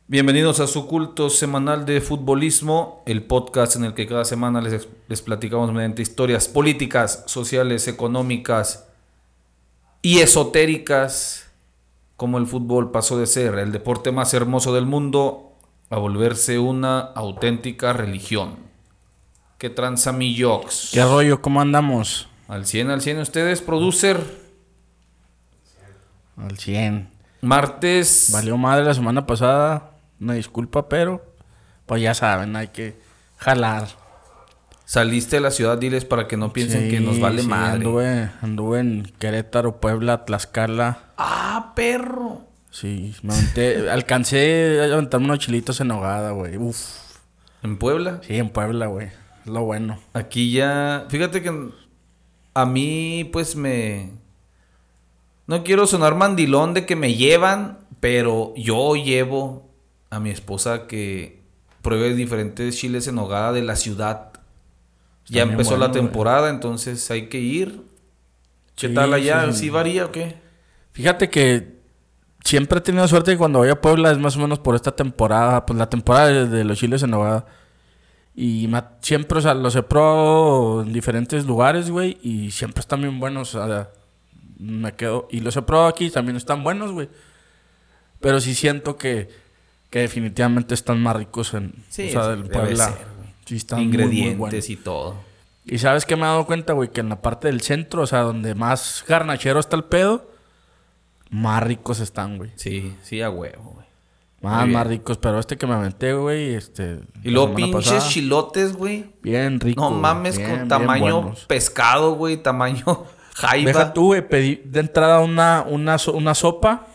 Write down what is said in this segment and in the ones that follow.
Bienvenidos a su culto semanal de futbolismo, el podcast en el que cada semana les platicamos mediante historias políticas, sociales, económicas y esotéricas, como el fútbol pasó de ser el deporte más hermoso del mundo a volverse una auténtica religión. ¿Qué tranza mi Jox? ¿Qué rollo? ¿Cómo andamos? Al 100, ustedes, producer. Al 100. Martes. Valió madre la semana pasada. Una disculpa, pero pues ya saben, hay que jalar. Saliste de la ciudad, diles para que no piensen que nos vale madre. Anduve en Querétaro, Puebla, Tlaxcala. ¡Ah, perro! Sí, alcancé a aventarme unos chilitos en nogada, güey. Uf. ¿En Puebla? Sí, en Puebla, güey. Es lo bueno. Aquí ya... Fíjate que a mí, pues, no quiero sonar mandilón de que me llevan, pero yo llevo a mi esposa que pruebe diferentes chiles en nogada de la ciudad. Ya Está bien empezó bueno, la temporada, entonces hay que ir. ¿Qué tal allá? ¿Sí varía o qué? Fíjate que siempre he tenido suerte que cuando voy a Puebla es más o menos por esta temporada, pues la temporada de los chiles en nogada. Y siempre, o sea, los he probado en diferentes lugares, güey, y siempre están bien buenos, o sea, me quedo. Y los he probado aquí, también están buenos, güey. Pero sí siento que definitivamente están más ricos en, Sí, o sea, del Puebla. ser, sí están ingredientes muy buenos. y todo. Y ¿sabes qué me he dado cuenta, güey? Que en la parte del centro, o sea, donde más garnachero está el pedo, más ricos están, güey. Sí, sí, a huevo, güey. Más ricos, pero que me aventé, güey, Y luego pinches chilotes, güey. Bien rico. No mames, con tamaño pescado, güey, tamaño jaiba. Deja tú, güey, pedí de entrada una sopa.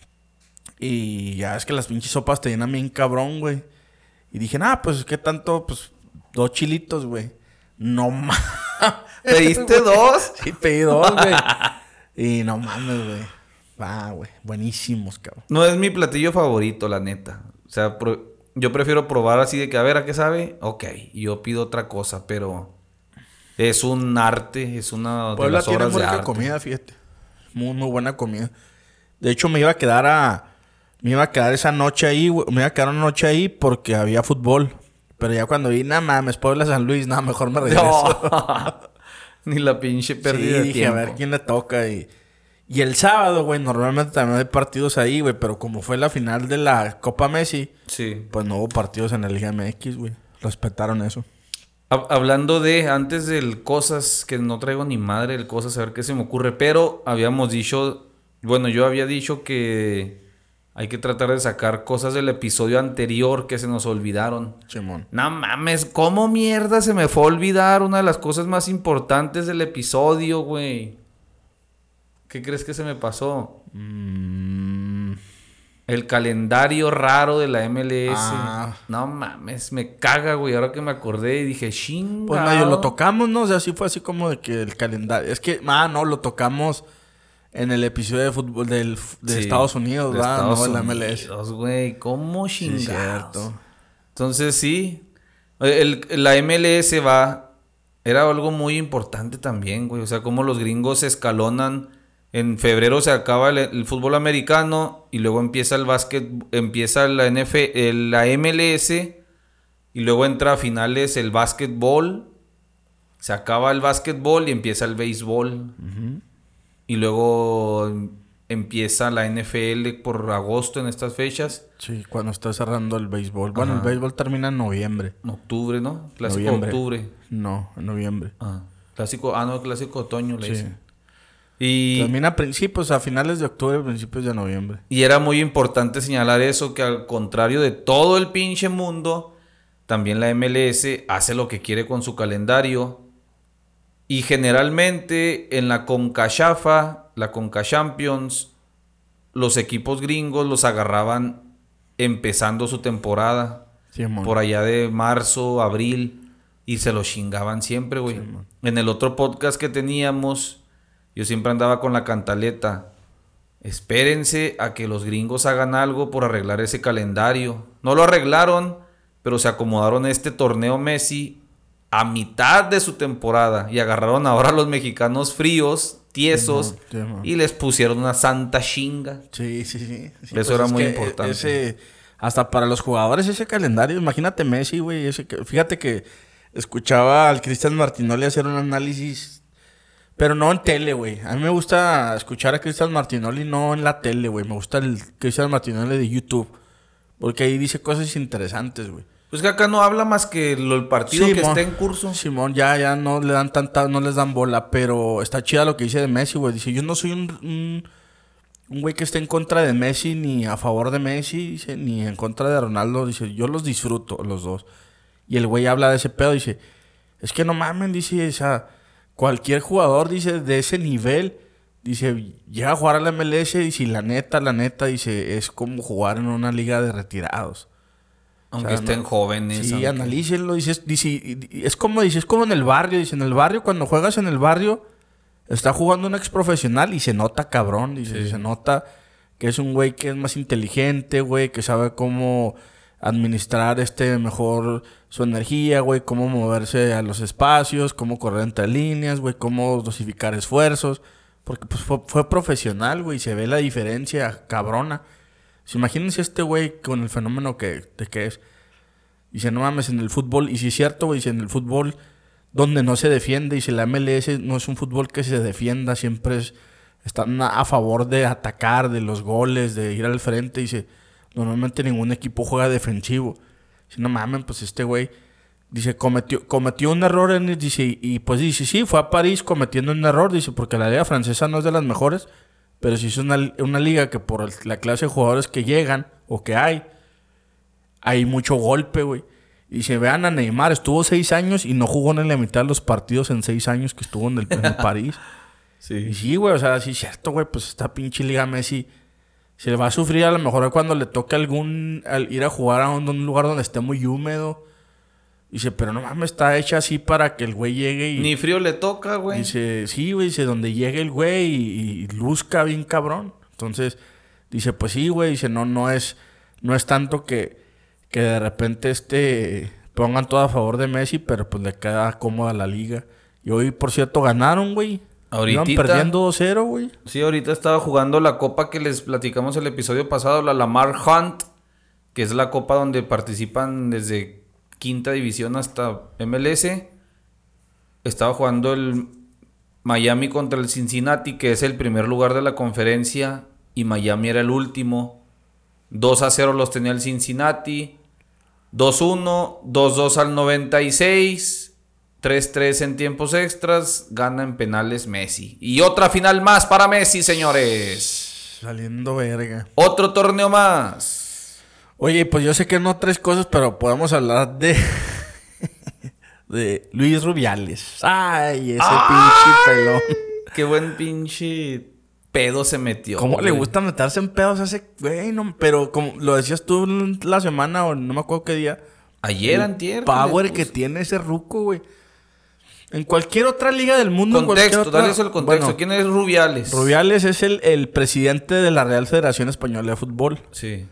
Y ya es que las pinches sopas te llenan bien cabrón, güey. Y dije, pues, ¿qué tanto? Pues, 2 chilitos, güey. No mames. ¿Pediste 2? Sí, pedí 2, güey. Y no mames, güey. Güey. Buenísimos, cabrón. No es mi platillo favorito, la neta. O sea, yo prefiero probar así de que, a ver, ¿a qué sabe? Ok, yo pido otra cosa, pero es un arte, es una de las obras de arte. Buena comida, fíjate. Muy, muy buena comida. De hecho, me iba a quedar esa noche ahí, güey. Me iba a quedar una noche ahí porque había fútbol. Pero ya cuando vi, nada mames, Puebla San Luis, nada, mejor me regreso. No. Ni la pinche pérdida de dije, tiempo. A ver quién le toca. Y el sábado, güey, normalmente también hay partidos ahí, güey. Pero como fue la final de la Copa Messi, sí, pues no hubo partidos en la Liga MX, güey. Respetaron eso. Hablando de, antes del cosas que no traigo ni madre, el cosas, a ver qué se me ocurre. Pero habíamos dicho, bueno, yo había dicho que hay que tratar de sacar cosas del episodio anterior que se nos olvidaron. Simón. No mames, ¿cómo mierda se me fue a olvidar una de las cosas más importantes del episodio, güey? ¿Qué crees que se me pasó? El calendario raro de la MLS. No mames, me caga, güey. Ahora que me acordé y dije, chingado. Pues medio lo tocamos, ¿no? O sea, sí fue así como de que el calendario... Es que, no, lo tocamos en el episodio de fútbol de Estados Unidos, ¿verdad? No, en la MLS. Güey, ¿cómo chingados? Sí, cierto. Entonces, sí. La MLS era algo muy importante también, güey. O sea, cómo los gringos se escalonan. En febrero se acaba el fútbol americano y luego empieza el básquet, empieza la la MLS y luego entra a finales el básquetbol. Se acaba el básquetbol y empieza el béisbol. Uh-huh. Y luego empieza la NFL por agosto en estas fechas. Sí, cuando está cerrando el béisbol. Bueno, el béisbol termina en noviembre. En octubre, ¿no? Clásico noviembre. de octubre. No, en noviembre. Clásico de otoño le dicen. Y termina a principios, a finales de octubre, principios de noviembre. Y era muy importante señalar eso, que al contrario de todo el pinche mundo, también la MLS hace lo que quiere con su calendario. Y generalmente en la CONCACHAFA, la CONCACHAMPIONS, los equipos gringos los agarraban empezando su temporada. Sí, por allá de marzo, abril, y se los chingaban siempre, güey. Sí, en el otro podcast que teníamos, yo siempre andaba con la cantaleta. Espérense a que los gringos hagan algo por arreglar ese calendario. No lo arreglaron, pero se acomodaron este torneo Messi a mitad de su temporada y agarraron ahora a los mexicanos fríos, tiesos, y les pusieron una santa chinga. Sí. Eso era muy importante. hasta para los jugadores ese calendario. Imagínate Messi, güey. Fíjate que escuchaba al Cristian Martinoli hacer un análisis, pero no en tele, güey. A mí me gusta escuchar a Cristian Martinoli no en la tele, güey. Me gusta el Cristian Martinoli de YouTube, porque ahí dice cosas interesantes, güey. Pues que acá no habla más que el partido que esté en curso. Simón, ya no le dan no les dan bola, pero está chida lo que dice de Messi, güey. Dice, yo no soy un güey que esté en contra de Messi, ni a favor de Messi, dice, ni en contra de Ronaldo. Dice, yo los disfruto, los dos. Y el güey habla de ese pedo, dice, es que no mamen, dice, o sea, cualquier jugador, dice, de ese nivel, dice, llega a jugar a la MLS, dice, y la neta, dice, es como jugar en una liga de retirados. Aunque estén jóvenes. Sí, analícenlo. Dice, es como en el barrio. Dice, en el barrio, cuando juegas en el barrio, está jugando un ex profesional y se nota cabrón. Dice, sí. Se nota que es un güey que es más inteligente, güey, que sabe cómo administrar mejor su energía, güey, cómo moverse a los espacios, cómo correr entre líneas, güey, cómo dosificar esfuerzos. Porque pues fue profesional, güey, y se ve la diferencia cabrona. Imagínense este güey con el fenómeno de que es. Dice, no mames, en el fútbol, y si es cierto, güey, dice, en el fútbol donde no se defiende, dice, la MLS no es un fútbol que se defienda, siempre están a favor de atacar, de los goles, de ir al frente, dice, normalmente ningún equipo juega defensivo. Dice, no mames, pues este güey, dice, cometió un error, dice, y pues dice, sí, fue a París cometiendo un error, dice, porque la liga francesa no es de las mejores, pero sí es una liga que por la clase de jugadores que llegan o que hay mucho golpe, güey. Y se vean a Neymar, estuvo 6 años y no jugó ni la mitad de los partidos en 6 años que estuvo en el París. Sí. Y sí, güey, o sea, sí es cierto, güey, pues esta pinche liga Messi se le va a sufrir a lo mejor cuando le toque ir a jugar a un lugar donde esté muy húmedo. Dice, pero no mames, está hecha así para que el güey llegue y... Ni frío le toca, güey. Dice, sí, güey, dice, donde llegue el güey y luzca bien cabrón. Entonces, dice, pues sí, güey, dice, no es tanto que de repente pongan todo a favor de Messi, pero pues le queda cómoda la liga. Y hoy, por cierto, ganaron, güey. Iban perdiendo 2-0, güey. Sí, ahorita estaba jugando la copa que les platicamos el episodio pasado, la Lamar Hunt, que es la copa donde participan desde quinta división hasta MLS. Estaba jugando el Miami contra el Cincinnati, que es el primer lugar de la conferencia, y Miami era el último. 2-0 los tenía el Cincinnati, 2-1, 2-2 al 96, 3-3 en tiempos extras, gana en penales Messi. Y otra final más para Messi, señores. Saliendo verga. Otro torneo más. Oye, pues yo sé que no 3 cosas, pero podemos hablar de Luis Rubiales. Ay, ese pinche pelón. Qué buen pinche pedo se metió. ¿Cómo le gusta meterse en pedos a ese güey? No, pero como lo decías tú la semana o no me acuerdo qué día. Ayer, antier. Power que tiene ese ruco, güey. En cualquier otra liga del mundo... Contexto, dale eso el contexto. Bueno, ¿quién es Rubiales? Rubiales es el presidente de la Real Federación Española de Fútbol. Sí.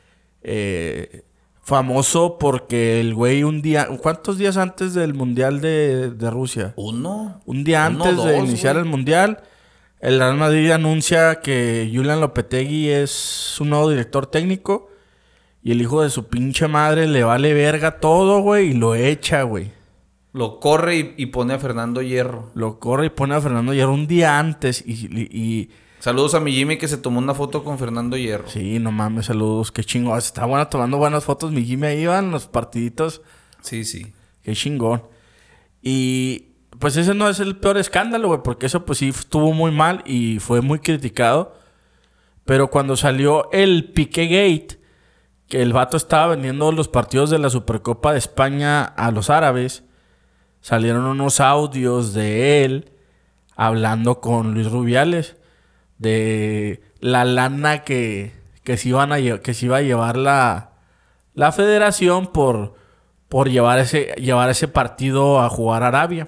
Famoso porque el güey un día... ¿Cuántos días antes del Mundial de Rusia? Un día antes de iniciar el Mundial, el Real Madrid anuncia que Julian Lopetegui es su nuevo director técnico y el hijo de su pinche madre le vale verga todo, güey, y lo echa, güey. Lo corre y pone a Fernando Hierro. Un día antes y saludos a mi Jimmy que se tomó una foto con Fernando Hierro. Sí, no mames, saludos. Qué chingón. Está bueno tomando buenas fotos. Mi Jimmy ahí iban los partiditos. Sí. Qué chingón. Y pues ese no es el peor escándalo, güey. Porque eso pues sí estuvo muy mal y fue muy criticado. Pero cuando salió el Piqué Gate, que el vato estaba vendiendo los partidos de la Supercopa de España a los árabes, salieron unos audios de él hablando con Luis Rubiales de la lana que se iba a llevar la federación por llevar ese partido a jugar a Arabia.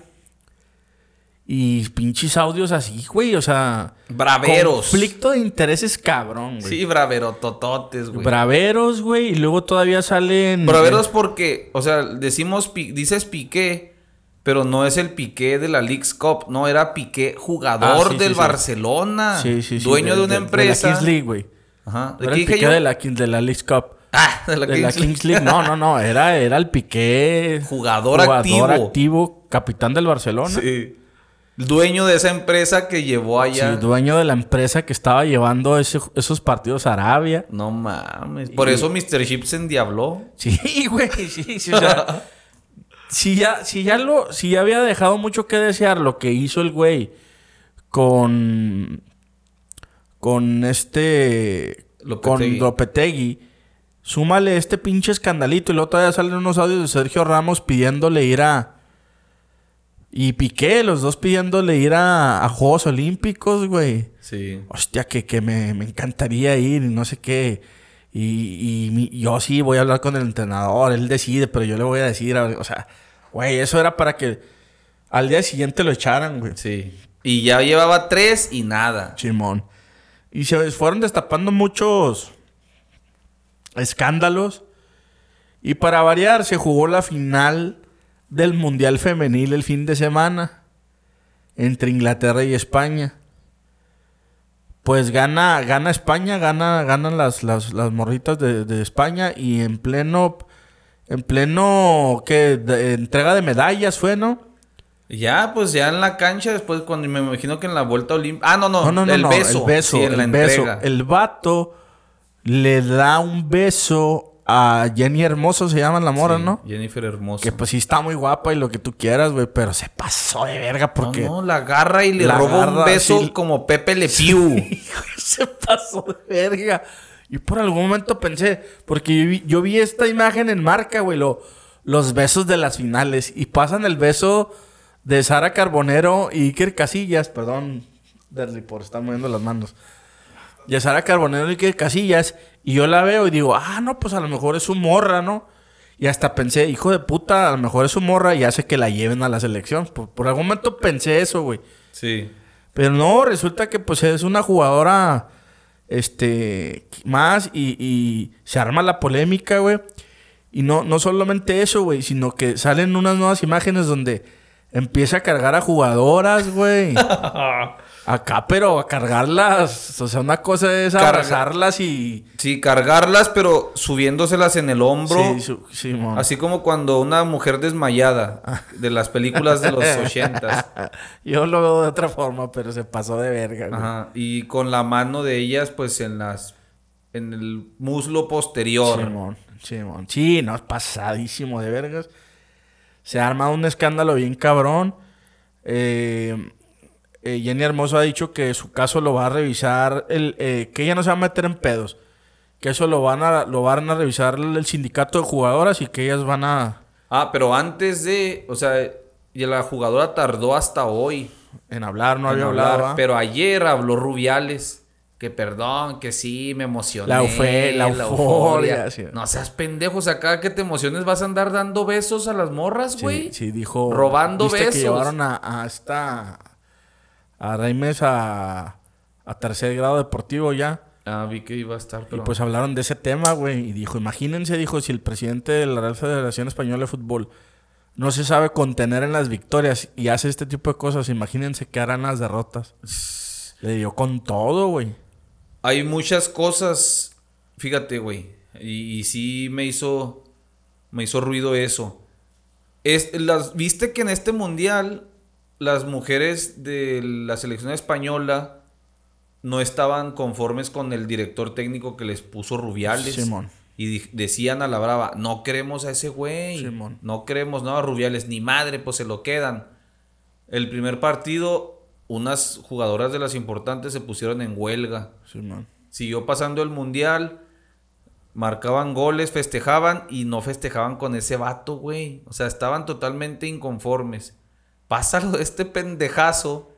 Y pinches audios así, güey, o sea... Braveros. Conflicto de intereses cabrón, güey. Sí, braverotototes, güey. Braveros, güey, y luego todavía salen... Braveros porque, o sea, dices Piqué, pero no es el Piqué de la Leagues Cup, no, era Piqué, jugador del Barcelona. Sí. Dueño de una empresa. De la Kings League, güey. Ajá. ¿De qué dije yo? De la Leagues Cup. De de la Kings League. No. Era el Piqué. Jugador activo. Capitán del Barcelona. Sí. Dueño de esa empresa que llevó allá. Sí, dueño de la empresa que estaba llevando esos partidos a Arabia. No mames. Por eso Mr. Chip se endiabló. Sí, güey. Sí, o sea, si ya había dejado mucho que desear lo que hizo el güey con Lopetegui. Súmale este pinche escandalito y luego todavía salen unos audios de Sergio Ramos pidiéndole ir y Piqué, los dos pidiéndole ir a Juegos Olímpicos, güey. Sí. Hostia, que me encantaría ir y no sé qué. Y yo sí voy a hablar con el entrenador, él decide, pero yo le voy a decir, o sea, güey, eso era para que al día siguiente lo echaran, güey. Sí. Y ya llevaba 3 y nada. Simón. Y se fueron destapando muchos escándalos. Y para variar, se jugó la final del Mundial Femenil el fin de semana entre Inglaterra y España. Pues gana España, ganan las morritas de España y en pleno entrega de medallas fue, ¿no? Ya, pues ya en la cancha, después cuando me imagino que en la vuelta olímpica. El beso. Sí, en la entrega. El vato le da un beso a Jenny Hermoso, se llama la mora, Sí, ¿no? Jennifer Hermoso. Que pues sí está muy guapa y lo que tú quieras, güey, pero se pasó de verga porque... No, la agarra y le roba un beso sí, como Pepe Le Pew. Sí, se pasó de verga. Y por algún momento pensé, porque yo vi esta imagen en Marca, güey, los besos de las finales. Y pasan el beso de Sara Carbonero y Iker Casillas. Perdón, Derly, por estar moviendo las manos. De Sara Carbonero y Iker Casillas. Y yo la veo y digo, no, pues a lo mejor es su morra, ¿no? Y hasta pensé, hijo de puta, a lo mejor es su morra y hace que la lleven a la selección. Por algún momento pensé eso, güey. Sí. Pero no, resulta que pues es una jugadora más y se arma la polémica, güey. Y no solamente eso, güey, sino que salen unas nuevas imágenes donde empieza a cargar a jugadoras, güey. Acá, pero a cargarlas, o sea, una cosa es abrazarlas y... Sí, cargarlas, pero subiéndoselas en el hombro. Sí, mon. Así como cuando una mujer desmayada de las películas de los 80s. Yo lo veo de otra forma, pero se pasó de verga, güey. Ajá, y con la mano de ellas, pues, en el muslo posterior. Simón. Sí, no, es pasadísimo de vergas. Se ha armado un escándalo bien cabrón. Jenny Hermoso ha dicho que su caso lo va a revisar, que ella no se va a meter en pedos. Que eso lo van a revisar el sindicato de jugadoras y que ellas van a... pero antes de... O sea, y la jugadora tardó hasta hoy. En hablar, no había hablado. Pero ayer habló Rubiales. Que perdón, que sí, me emocioné. La euforia. Sí. No seas pendejo, o sea, cada que te emociones vas a andar dando besos a las morras, güey. Sí, dijo... Robando besos. Que llevaron a Reimes a tercer grado deportivo ya. Vi que iba a estar, pero... Y pues hablaron de ese tema, güey. Y dijo, imagínense, si el presidente de la Real Federación Española de Fútbol no se sabe contener en las victorias y hace este tipo de cosas, imagínense qué harán las derrotas. Le dio con todo, güey. Hay muchas cosas, fíjate, güey. Y sí me hizo ruido eso. ¿Viste que en este mundial las mujeres de la selección española no estaban conformes con el director técnico que les puso Rubiales? Simón. Y decían a la brava, no queremos a ese güey. Simón. No queremos, a Rubiales, ni madre, pues se lo quedan. El primer partido, unas jugadoras de las importantes se pusieron en huelga. Simón. Siguió pasando el mundial, marcaban goles, festejaban y no festejaban con ese vato, güey. O sea, estaban totalmente inconformes. Pásalo de este pendejazo.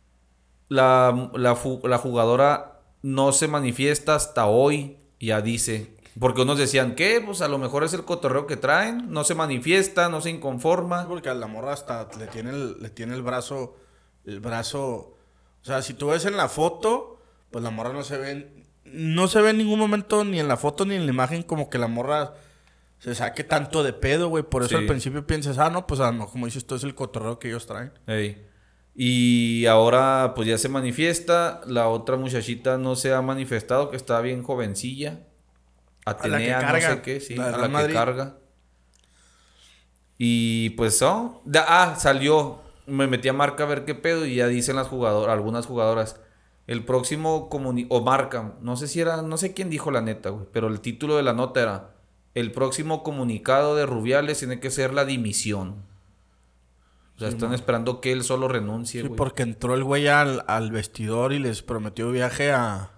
La jugadora no se manifiesta hasta hoy. Ya dice. Porque unos decían, ¿qué? Pues a lo mejor es el cotorreo que traen. No se manifiesta, no se inconforma. Porque a la morra hasta le tiene el brazo... O sea, si tú ves en la foto, pues la morra no se ve en ningún momento, ni en la foto ni en la imagen, como que la morra se saque tanto de pedo, güey. Por eso al principio piensas, no, pues no, como dices, esto es el cotorreo que ellos traen. Ey. Y ahora, pues ya se manifiesta. La otra muchachita no se ha manifestado, que está bien jovencilla. Atenea, no sé qué, sí, a la que Madrid. carga. Y pues, salió. Me metí a Marca a ver qué pedo y ya dicen algunas jugadoras. El próximo o Marca, no sé si era, no sé quién dijo la neta, güey, pero el título de la nota era: el próximo comunicado de Rubiales tiene que ser la dimisión. O sea, Sí, están esperando que él solo renuncie, Sí, güey. porque entró el güey al vestidor y les prometió viaje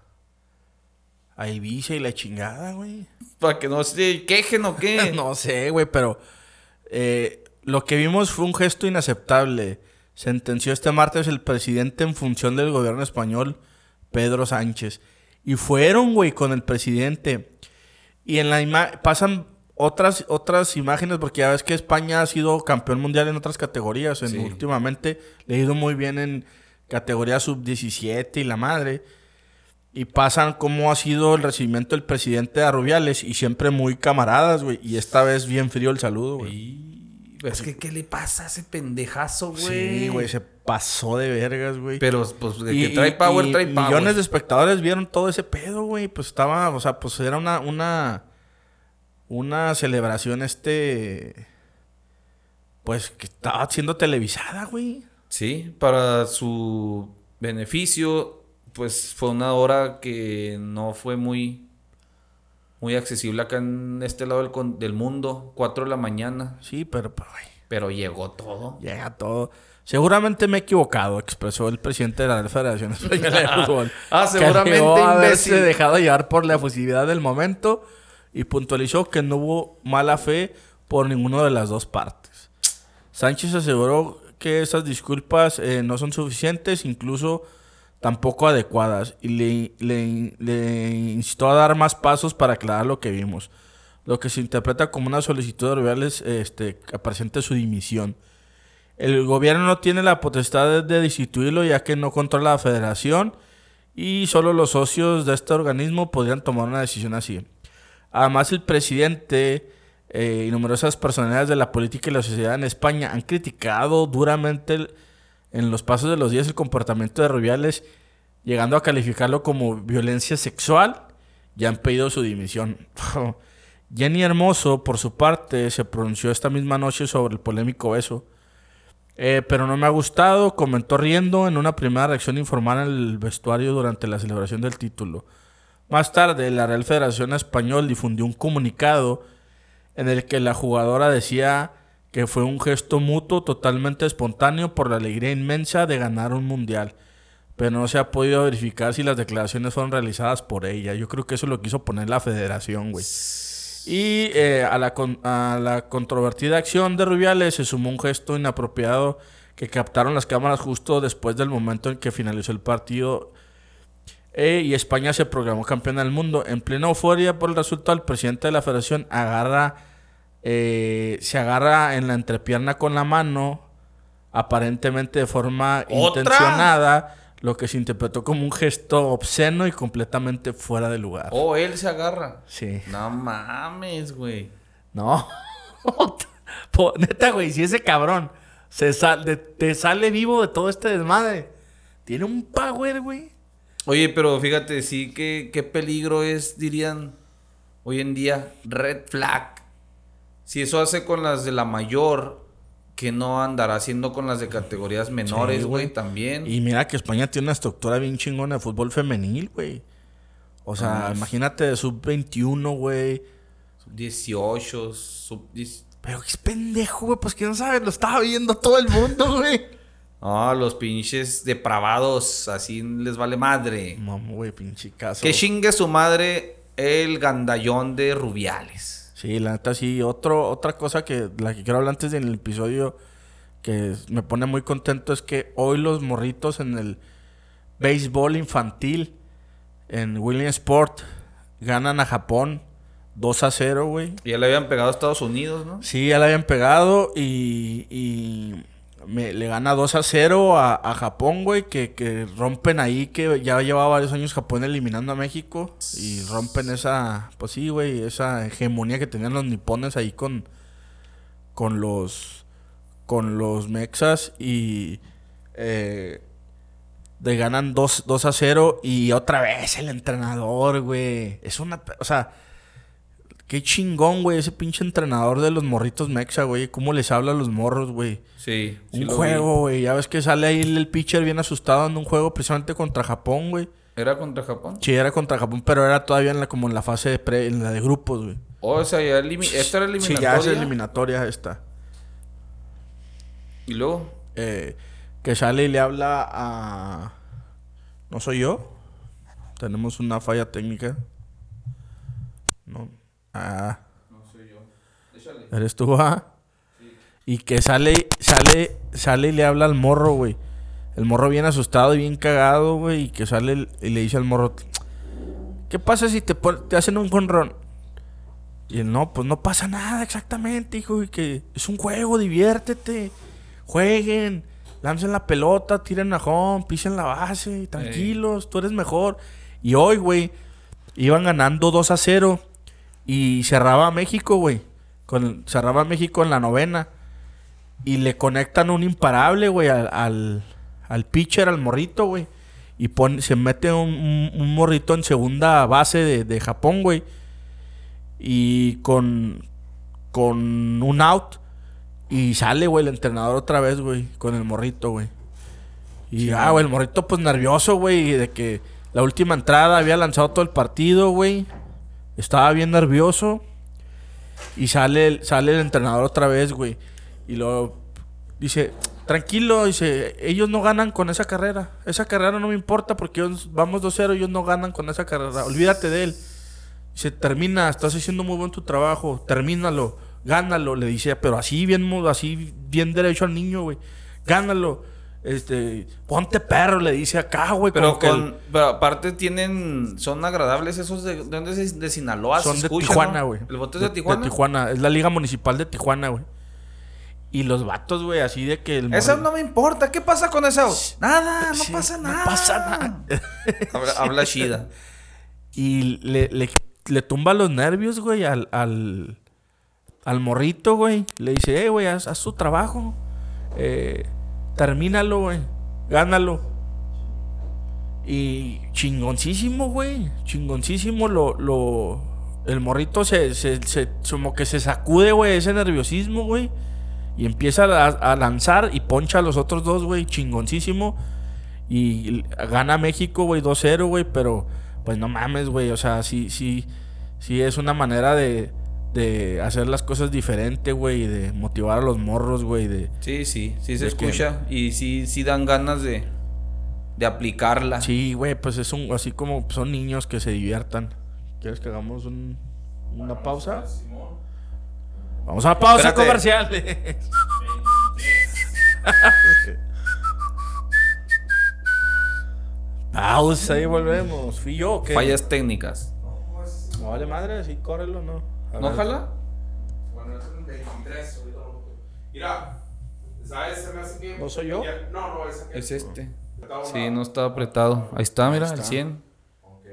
a Ibiza y la chingada, güey. Para que no se quejen o qué. No sé, güey, pero lo que vimos fue un gesto inaceptable. Sentenció este martes el presidente en función del gobierno español, Pedro Sánchez. Y fueron, güey, con el presidente. Y en pasan otras imágenes, porque ya ves que España ha sido campeón mundial en otras categorías. Sí. Últimamente le ha ido muy bien en categoría sub-17 y la madre. Y pasan cómo ha sido el recibimiento del presidente a Rubiales. Y siempre muy camaradas, güey. Y esta vez bien frío el saludo, güey. Es que, ¿qué le pasa a ese pendejazo, güey? Sí, güey, se pasó de vergas, güey. Pero, pues, de que trae power, trae power. Millones de espectadores vieron todo ese pedo, güey. Pues estaba, o sea, pues era una celebración, pues, que estaba siendo televisada, güey. Sí, para su beneficio, pues fue una hora que no fue muy accesible acá en este lado del mundo, 4 de la mañana. Sí, pero, pues, güey, Pero llegó todo. llega todo. Seguramente me he equivocado, expresó el presidente de la Federación Española de Fútbol. Seguramente, que negó imbécil. haberse dejado llevar por la efusividad del momento y puntualizó que no hubo mala fe por ninguna de las dos partes. Sánchez aseguró que esas disculpas no son suficientes, incluso tampoco adecuadas, y le instó a dar más pasos para aclarar lo que vimos, lo que se interpreta como una solicitud de Rubiales que presente su dimisión. El gobierno no tiene la potestad de destituirlo, ya que no controla la federación y solo los socios de este organismo podrían tomar una decisión así. Además, el presidente y numerosas personalidades de la política y la sociedad en España han criticado duramente en los pasos de los días el comportamiento de Rubiales, llegando a calificarlo como violencia sexual, y han pedido su dimisión. Jenny Hermoso, por su parte, se pronunció esta misma noche sobre el polémico beso. Pero no me ha gustado, comentó riendo en una primera reacción informal en el vestuario durante la celebración del título. Más tarde, la Real Federación Española difundió un comunicado en el que la jugadora decía que fue un gesto mutuo totalmente espontáneo por la alegría inmensa de ganar un mundial, pero no se ha podido verificar si las declaraciones fueron realizadas por ella. Yo creo que eso lo quiso poner la federación, güey. Y a la controvertida acción de Rubiales se sumó un gesto inapropiado que captaron las cámaras justo después del momento en que finalizó el partido y España se proclamó campeona del mundo. En plena euforia por el resultado, el presidente de la federación se agarra en la entrepierna con la mano, aparentemente de forma intencionada, lo que se interpretó como un gesto obsceno y completamente fuera de lugar. Él se agarra. Sí. No mames, güey. No. Neta, güey, si ese cabrón te sale vivo de todo este desmadre, tiene un power, güey. Oye, pero fíjate, sí, qué peligro es, dirían hoy en día, red flag. Si eso hace con las de la mayor, que no andará haciendo con las de categorías menores, güey, sí, también. Y mira que España tiene una estructura bien chingona de fútbol femenil, güey. O sea, imagínate de sub-21, güey. Sub-18, sub-10. Pero qué es pendejo, güey. Pues que no sabes, lo estaba viendo todo el mundo, güey. Los pinches depravados, así les vale madre. Mamá, güey, pinche caso. Que chingue su madre el gandallón de Rubiales. Sí, la neta sí. Otra cosa la que quiero hablar antes del episodio que me pone muy contento es que hoy los morritos en el béisbol infantil en Williamsport ganan a Japón 2-0, güey. Ya le habían pegado a Estados Unidos, ¿no? Sí, ya le habían pegado y le gana 2-0 a Japón, güey, que rompen ahí, que ya llevaba varios años Japón eliminando a México y rompen esa, pues sí, güey, esa hegemonía que tenían los nipones ahí con los mexas y le ganan 2-0 y otra vez el entrenador, güey. O sea, qué chingón, güey, ese pinche entrenador de los morritos mexa, güey. Cómo les habla a los morros, güey. Sí. Un juego, güey. Ya ves que sale ahí el pitcher bien asustado en un juego precisamente contra Japón, güey. ¿Era contra Japón? Sí, era contra Japón, pero era todavía como en la fase en la de grupos, güey. O sea, ya esta era eliminatoria. Sí, ya es eliminatoria esta. ¿Y luego? Que sale y le habla a... ¿No soy yo? Tenemos una falla técnica. No. No soy yo. Déjale. ¿Eres tú, Sí. Y que sale y le habla al morro, güey. El morro bien asustado y bien cagado, güey. Y que sale y le dice al morro... ¿Qué pasa si te hacen un jonrón? Y él, no, pues no pasa nada exactamente, hijo. Y que es un juego, diviértete. Jueguen, lancen la pelota, tiren a home, pisen la base, tranquilos, tú eres mejor. Y hoy, güey, iban ganando 2-0 y cerraba México, güey. Cerraba México en la 9ª. Y le conectan un imparable, güey, al pitcher, al morrito, güey. Y se mete un morrito en segunda base de Japón, güey. Y con un out. Y sale, güey, el entrenador otra vez, güey, con el morrito, güey. Y, güey, el morrito, pues, nervioso, güey, de que la última entrada había lanzado todo el partido, güey. Estaba bien nervioso. Y sale el entrenador otra vez, güey. Y luego dice, tranquilo, dice, ellos no ganan con esa carrera. Esa carrera no me importa porque vamos 2-0, ellos no ganan con esa carrera. Olvídate de él. Dice, termina, estás haciendo muy buen tu trabajo, termínalo. Gánalo, le dice, pero así bien derecho al niño, güey. Gánalo. Ponte perro, le dice acá, güey. Pero aparte son agradables esos de ¿dónde es? De Sinaloa. Son de Tijuana, güey. ¿El bote es de Tijuana? De Tijuana, es la Liga Municipal de Tijuana, güey. Y los vatos, güey, así de que Eso no me importa, ¿qué pasa con eso? Nada, no pasa nada. No pasa nada. Habla chida. Y le tumba los nervios, güey, al morrito, güey. Le dice, güey, haz tu trabajo. Termínalo, güey. Gánalo. Y chingoncísimo, güey. Chingoncísimo. El morrito como que se sacude, güey, ese nerviosismo, güey. Y empieza a lanzar y poncha a los otros dos, güey. Chingoncísimo. Y gana México, güey, 2-0, güey. Pero, pues no mames, güey. O sea, sí es una manera de hacer las cosas diferente, güey, de motivar a los morros, güey, Sí se escucha y sí dan ganas de aplicarla. Sí, güey, pues es así como son niños que se diviertan. ¿Quieres que hagamos una pausa? Vamos a la pausa. Espérate. Comercial. Pausa y volvemos. ¿Fui yo o qué? Fallas técnicas. No vale madre, sí, córrelo, ¿no? ¿No jala? Bueno, es el 23. Mira, ¿sabes? Se me hace que... ¿No soy yo? No, es este. Sí, no está apretado. Ahí está, mira, al 100. Ok.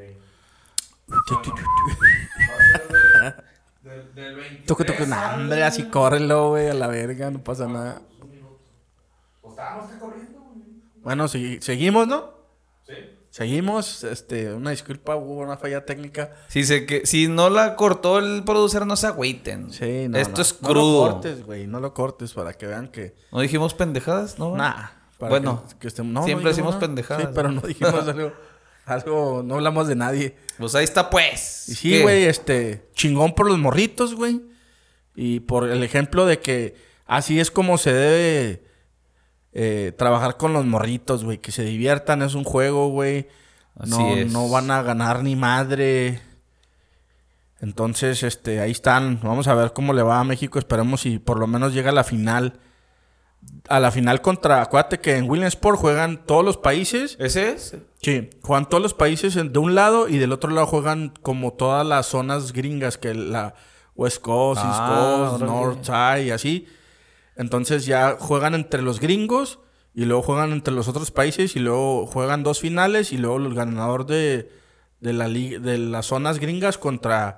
Del 23. Toque, hombre, así córrelo, güey, a la verga, no pasa nada. Pues estábamos corriendo, güey. Bueno, seguimos, ¿no? Sí. Seguimos, una disculpa, hubo una falla técnica. Si no la cortó el producer, no se agüiten. Sí, no. Esto es crudo. No lo cortes, güey, no lo cortes para que vean que... ¿No dijimos pendejadas? No. Nah. Bueno, siempre decimos pendejadas. Sí, pero no dijimos algo, no hablamos de nadie. Pues ahí está, pues. Y sí, güey, chingón por los morritos, güey. Y por el ejemplo de que así es como se debe trabajar con los morritos, güey. Que se diviertan, es un juego, güey. No van a ganar ni madre. Entonces, ahí están. Vamos a ver cómo le va a México. Esperemos si por lo menos llega a la final. A la final acuérdate que en Williamsport juegan todos los países. ¿Ese es? Sí, juegan todos los países de un lado y del otro lado juegan como todas las zonas gringas, que la West Coast, East Coast, North Side y así. Entonces ya juegan entre los gringos y luego juegan entre los otros países y luego juegan 2 finales y luego el ganador de las zonas gringas contra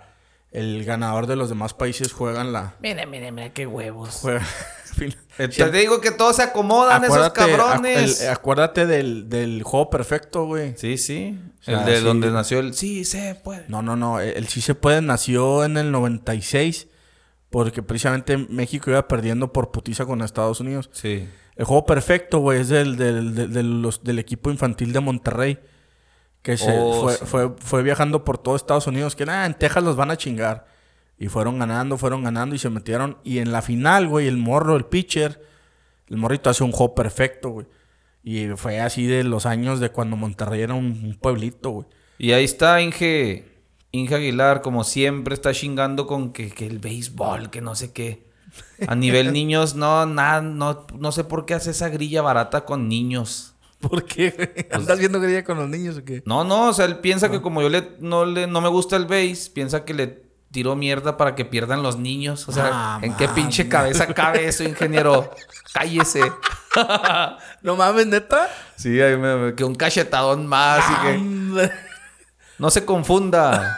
el ganador de los demás países juegan la... Mira, qué huevos. Juega, Te digo que todos se acomodan esos cabrones. Acuérdate del juego perfecto, güey. Sí. O sea, el de sí. donde nació el sí se puede. No. El sí se puede nació en el 96 porque precisamente México iba perdiendo por putiza con Estados Unidos. Sí. El juego perfecto, güey, es del equipo infantil de Monterrey. Que fue viajando por todo Estados Unidos. Que en Texas los van a chingar. Y fueron ganando y se metieron. Y en la final, güey, el pitcher, el morrito hace un juego perfecto, güey. Y fue así de los años de cuando Monterrey era un pueblito, güey. Y ahí está Inge Aguilar, como siempre, está chingando con que el béisbol, que no sé qué. A nivel niños, no sé por qué hace esa grilla barata con niños. ¿Por qué? ¿Andas viendo grilla con los niños o qué? No, o sea, él piensa que como yo no me gusta el béis, piensa que le tiro mierda para que pierdan los niños. O sea, ¿en qué pinche cabeza cabe eso, ingeniero? Cállese. ¿No mames, neta? Sí, que un cachetadón más y que... No se confunda.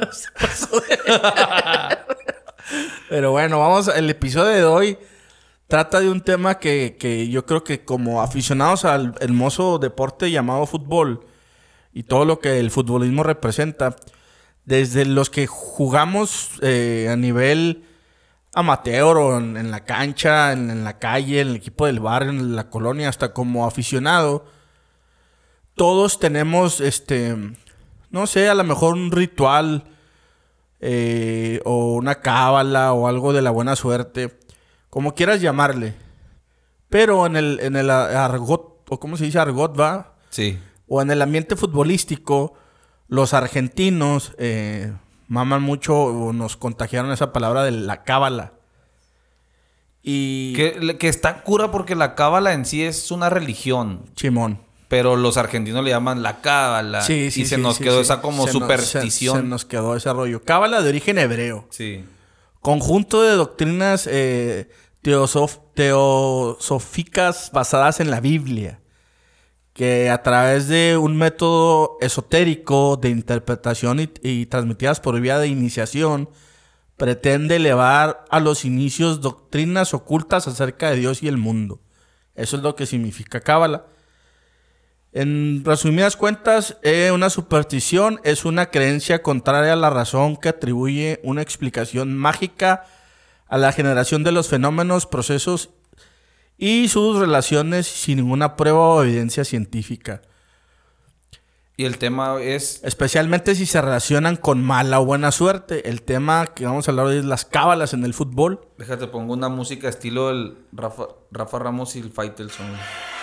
Pero bueno, el episodio de hoy trata de un tema que yo creo que como aficionados al hermoso deporte llamado fútbol y todo lo que el futbolismo representa, desde los que jugamos a nivel amateur o en la cancha, en la calle, en el equipo del barrio, en la colonia, hasta como aficionado, todos tenemos, no sé, a lo mejor un ritual o una cábala o algo de la buena suerte, como quieras llamarle. Pero en el argot, o ¿cómo se dice? Argot, ¿va? Sí. O en el ambiente futbolístico, los argentinos maman mucho o nos contagiaron esa palabra de la cábala. Y... Que está cura porque la cábala en sí es una religión. Chimón. Pero los argentinos le llaman la cábala. Sí, y se nos quedó esa como superstición. Se nos quedó ese rollo. Cábala de origen hebreo. Sí. Conjunto de doctrinas teosóficas basadas en la Biblia, que a través de un método esotérico de interpretación y transmitidas por vía de iniciación, pretende elevar a los inicios doctrinas ocultas acerca de Dios y el mundo. Eso es lo que significa cábala. En resumidas cuentas, una superstición es una creencia contraria a la razón que atribuye una explicación mágica a la generación de los fenómenos, procesos y sus relaciones sin ninguna prueba o evidencia científica. Y el tema es... Especialmente si se relacionan con mala o buena suerte. El tema que vamos a hablar hoy es las cábalas en el fútbol. Déjate, pongo una música estilo el Rafa Ramos y el Faitelson.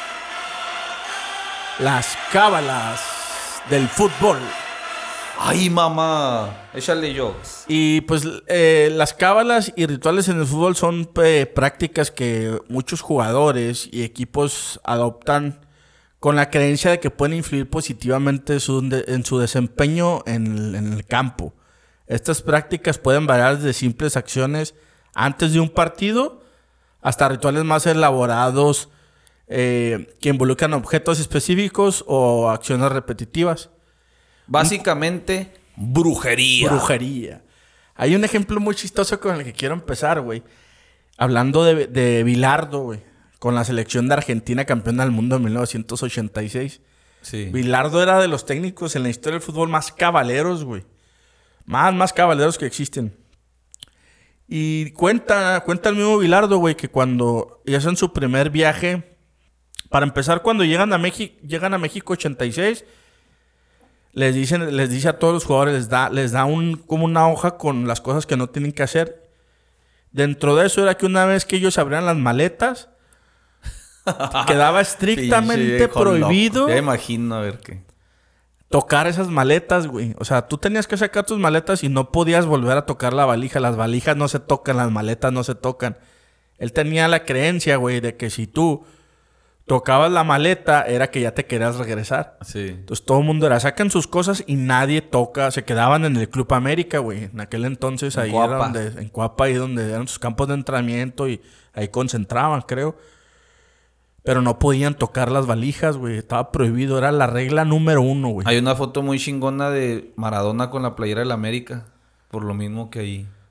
Las cábalas del fútbol. ¡Ay, mamá! Échale jokes. Y pues las cábalas y rituales en el fútbol son prácticas que muchos jugadores y equipos adoptan con la creencia de que pueden influir positivamente en su desempeño en el campo. Estas prácticas pueden variar desde simples acciones antes de un partido hasta rituales más elaborados que involucran objetos específicos o acciones repetitivas. Básicamente, brujería. Hay un ejemplo muy chistoso con el que quiero empezar, güey. Hablando de Bilardo, güey. Con la selección de Argentina campeona del mundo en 1986. Sí. Bilardo era de los técnicos en la historia del fútbol más cabaleros, güey. Más cabaleros que existen. Y cuenta el mismo Bilardo, güey, que cuando hacen su primer viaje... Para empezar, cuando llegan a México 86, les dice a todos los jugadores, les da como una hoja con las cosas que no tienen que hacer. Dentro de eso era que una vez que ellos abrían las maletas, quedaba estrictamente prohibido. Ya imagino, a ver qué. Tocar esas maletas, güey. O sea, tú tenías que sacar tus maletas y no podías volver a tocar la valija. Las valijas no se tocan, las maletas no se tocan. Él tenía la creencia, güey, de que si tú tocabas la maleta, era que ya te querías regresar. Sí. Entonces todo el mundo saquen sus cosas y nadie toca. Se quedaban en el Club América, güey. En aquel entonces ahí era en Cuapa, ahí donde eran sus campos de entrenamiento y ahí concentraban, creo. Pero no podían tocar las valijas, güey. Estaba prohibido. Era la regla número 1, güey. Hay una foto muy chingona de Maradona con la playera del América. Por lo mismo que ahí.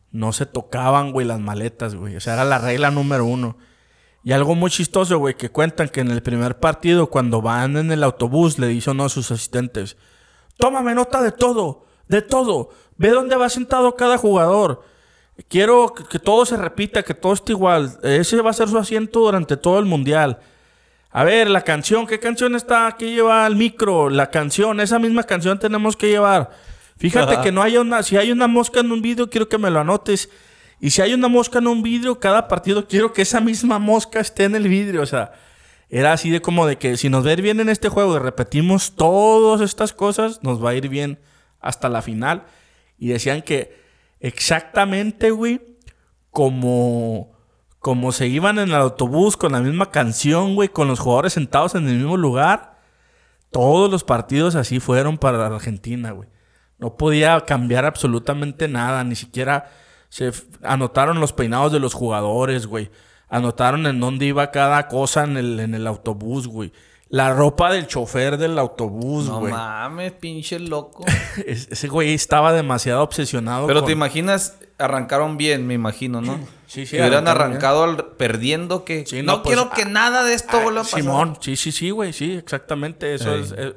no se tocaban, güey, las maletas, güey. O sea, era la regla número 1. Y algo muy chistoso, güey, que cuentan que en el primer partido, cuando van en el autobús, le dice uno a sus asistentes: tómame nota de todo, de todo. Ve dónde va sentado cada jugador. Quiero que todo se repita, que todo esté igual. Ese va a ser su asiento durante todo el mundial. A ver, la canción, ¿qué canción está? ¿Qué lleva el micro? La canción, esa misma canción tenemos que llevar. Fíjate que no haya una... Si hay una mosca en un vidrio, quiero que me lo anotes. Y si hay una mosca en un vidrio, cada partido quiero que esa misma mosca esté en el vidrio. O sea, era así de como de que si nos va a ir bien en este juego y repetimos todas estas cosas, nos va a ir bien hasta la final. Y decían que exactamente, güey, como se iban en el autobús con la misma canción, güey, con los jugadores sentados en el mismo lugar, todos los partidos así fueron para Argentina, güey. No podía cambiar absolutamente nada, ni siquiera se anotaron los peinados de los jugadores, güey. Anotaron en dónde iba cada cosa en el autobús, güey. La ropa del chofer del autobús, güey. No mames, pinche loco. Ese güey estaba demasiado obsesionado. Pero te imaginas, arrancaron bien, me imagino, ¿no? Sí. Si hubieran arrancado perdiendo, que Sí, no pues, quiero que nada de esto vuelva a pasar. Simón, sí, güey, sí, exactamente. Eso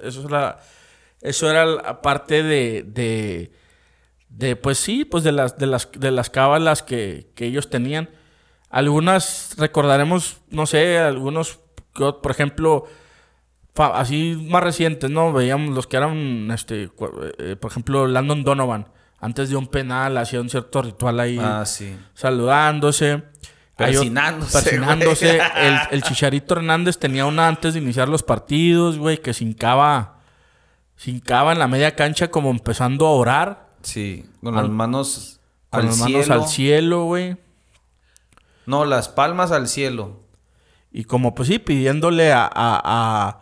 era la parte de pues sí, pues de las cábalas que ellos tenían. Algunas recordaremos, no sé, algunos, por ejemplo, así más recientes, ¿no? Veíamos los que eran, por ejemplo, Landon Donovan, antes de un penal, hacía un cierto ritual ahí. Ah, sí. Saludándose. Persinándose. El Chicharito Hernández tenía una antes de iniciar los partidos, güey, que se hincaba en la media cancha como empezando a orar. Sí, con las manos al cielo, güey. No, las palmas al cielo. Y como pues sí, pidiéndole a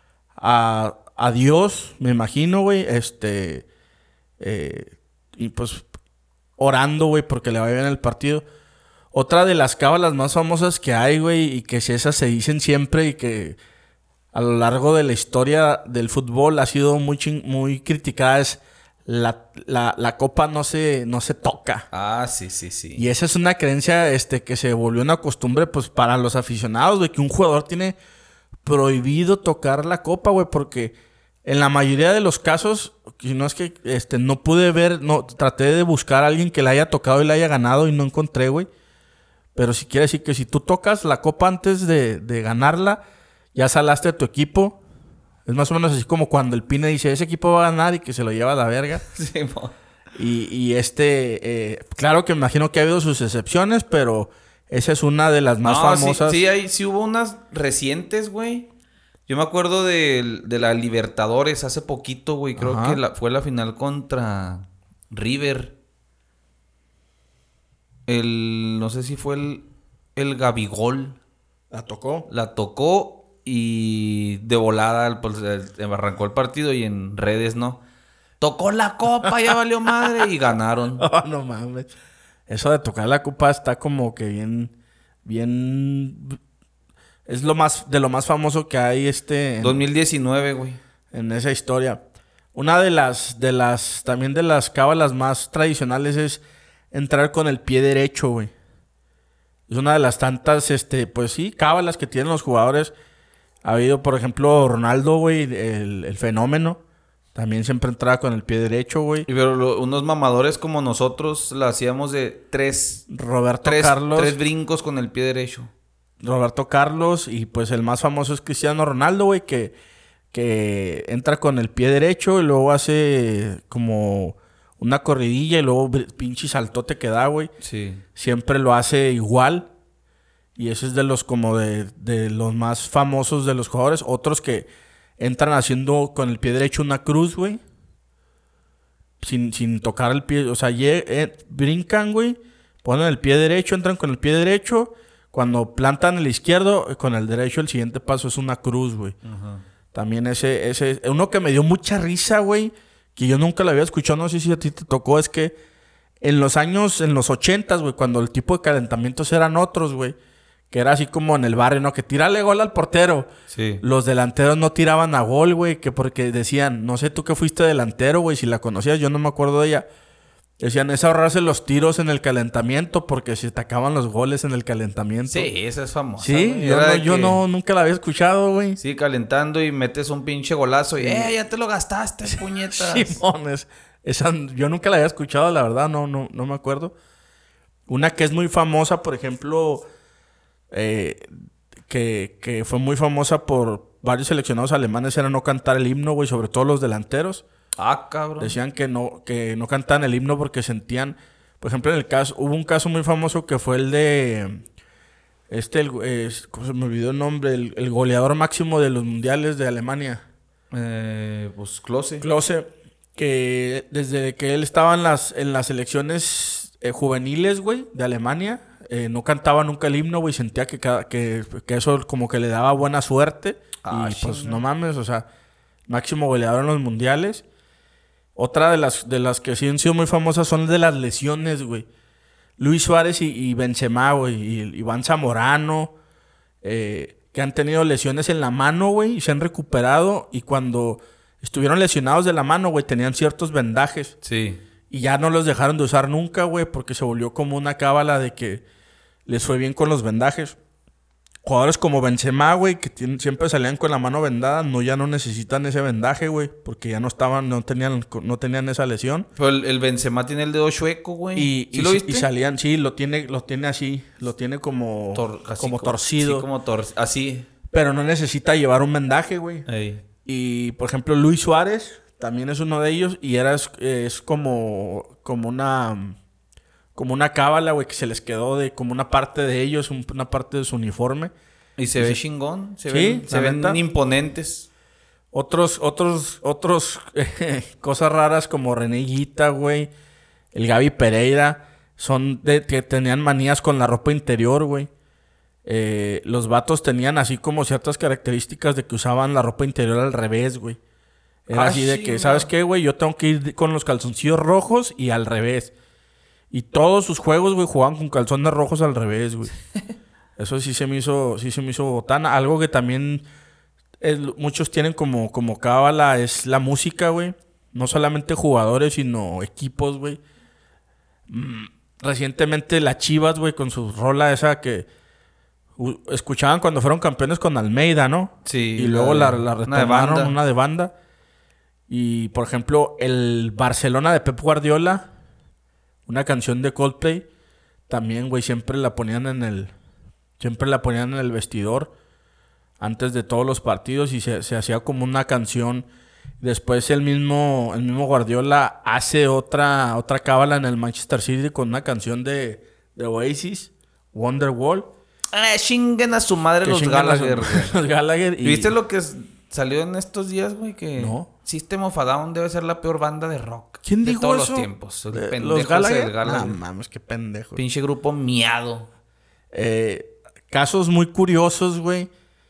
Dios, me imagino, güey, y pues orando, güey, porque le vaya bien el partido. Otra de las cábalas más famosas que hay, güey, y que esas se dicen siempre y que a lo largo de la historia del fútbol ha sido muy criticada, es la copa no se toca. Ah, sí. Y esa es una creencia que se volvió una costumbre pues para los aficionados, güey, que un jugador tiene prohibido tocar la copa, güey, porque en la mayoría de los casos, si no es que no pude ver, traté de buscar a alguien que la haya tocado y la haya ganado y no encontré, güey. Pero si quiere decir que si tú tocas la copa antes de ganarla, ya salaste a tu equipo. Es más o menos así como cuando el Pine dice, ese equipo va a ganar y que se lo lleva a la verga. Sí, y claro que me imagino que ha habido sus excepciones, pero esa es una de las más famosas. Sí hubo unas recientes, güey. Yo me acuerdo de la Libertadores hace poquito, güey. Creo que fue la final contra River. No sé si fue el Gabigol. ¿La tocó? La tocó y de volada pues, arrancó el partido y en redes, ¿no? Tocó la copa, ya valió madre y ganaron. Oh, no mames. Eso de tocar la copa está como que bien... Es lo más famoso que hay 2019, güey. En esa historia. Una de las también de las cábalas más tradicionales es entrar con el pie derecho, güey. Es una de las tantas, pues sí, cábalas que tienen los jugadores. Ha habido, por ejemplo, Ronaldo, güey, el fenómeno. También siempre entraba con el pie derecho, güey. Pero unos mamadores como nosotros la hacíamos de tres brincos con el pie derecho. Roberto Carlos y pues el más famoso es Cristiano Ronaldo, güey, que entra con el pie derecho y luego hace como una corridilla y luego pinche saltote que da, güey. Sí. Siempre lo hace igual. Y ese es de los los más famosos de los jugadores. Otros que entran haciendo con el pie derecho una cruz, güey. Sin tocar el pie. O sea, brincan, güey. Ponen el pie derecho, entran con el pie derecho. Cuando plantan el izquierdo, con el derecho el siguiente paso es una cruz, güey. Uh-huh. También ese... Uno que me dio mucha risa, güey. Que yo nunca lo había escuchado. No sé si a ti te tocó. Es que en los 80s, güey. Cuando el tipo de calentamientos eran otros, güey. Que era así como en el barrio, ¿no? Que tírale gol al portero. Sí. Los delanteros no tiraban a gol, güey. Que porque decían... No sé tú que fuiste delantero, güey. Si la conocías, yo no me acuerdo de ella. Decían, es ahorrarse los tiros en el calentamiento porque se te acaban los goles en el calentamiento. Sí, esa es famosa. Sí, güey. yo nunca la había escuchado, güey. Sí, calentando y metes un pinche golazo y ya te lo gastaste, puñetas. Simones. Esa yo nunca la había escuchado, la verdad, no me acuerdo. Una que es muy famosa, por ejemplo, que fue muy famosa por varios seleccionados alemanes, era no cantar el himno, güey, sobre todo los delanteros. Ah, cabrón. Decían que no cantaban el himno porque sentían... Por ejemplo, hubo un caso muy famoso que fue el de... ¿cómo se me olvidó el nombre? El goleador máximo de los mundiales de Alemania. Pues Klose. Klose, que desde que él estaba en las selecciones juveniles, güey, de Alemania, no cantaba nunca el himno, güey, sentía que eso como que le daba buena suerte. Y pues no mames, o sea, máximo goleador en los mundiales. Otra de las que sí han sido muy famosas son de las lesiones, güey. Luis Suárez y Benzema, güey, y Iván Zamorano, que han tenido lesiones en la mano, güey, y se han recuperado. Y cuando estuvieron lesionados de la mano, güey, tenían ciertos vendajes. Sí. Y ya no los dejaron de usar nunca, güey, porque se volvió como una cábala de que les fue bien con los vendajes. Jugadores como Benzema, güey, que siempre salían con la mano vendada, ya no necesitan ese vendaje, güey, porque ya no tenían esa lesión. Pero el Benzema tiene el dedo chueco, güey. ¿Sí lo viste? Y salían, sí, lo tiene así, lo tiene como torcido. Sí, como así. Pero no necesita llevar un vendaje, güey. Ey. Y, por ejemplo, Luis Suárez también es uno de ellos y es como una cábala, güey, que se les quedó como una parte de ellos, una parte de su uniforme. Y se ve chingón. Se la ven neta. imponentes. Otros cosas raras como René Higuita, güey. El Gaby Pereira. Que tenían manías con la ropa interior, güey. Los vatos tenían así como ciertas características de que usaban la ropa interior al revés, güey. Era así de que, ¿sabes qué, güey? Yo tengo que ir con los calzoncillos rojos y al revés. Y todos sus juegos, güey, jugaban con calzones rojos al revés, güey. Eso sí se me hizo botana. Algo que también muchos tienen como cábala es la música, güey. No solamente jugadores, sino equipos, güey. Recientemente las Chivas, güey, con su rola esa que escuchaban cuando fueron campeones con Almeida, ¿no? Sí. Y luego la retomaron, una de banda. Y, por ejemplo, el Barcelona de Pep Guardiola... Una canción de Coldplay, también, güey, siempre la ponían en el vestidor antes de todos los partidos y se hacía como una canción. Después el mismo Guardiola hace otra cábala en el Manchester City con una canción de Oasis, Wonderwall. Chinguen a su madre los Gallagher, güey. Los Gallagher. ¿Y viste lo que salió en estos días, güey? Que no. System of a Down debe ser la peor banda de rock. ¿Quién de dijo todos eso? Los tiempos. El ¿Los pendejo Gallagher? del Gallagher. No mames, qué pendejo. Pinche grupo miado. Casos muy curiosos, güey.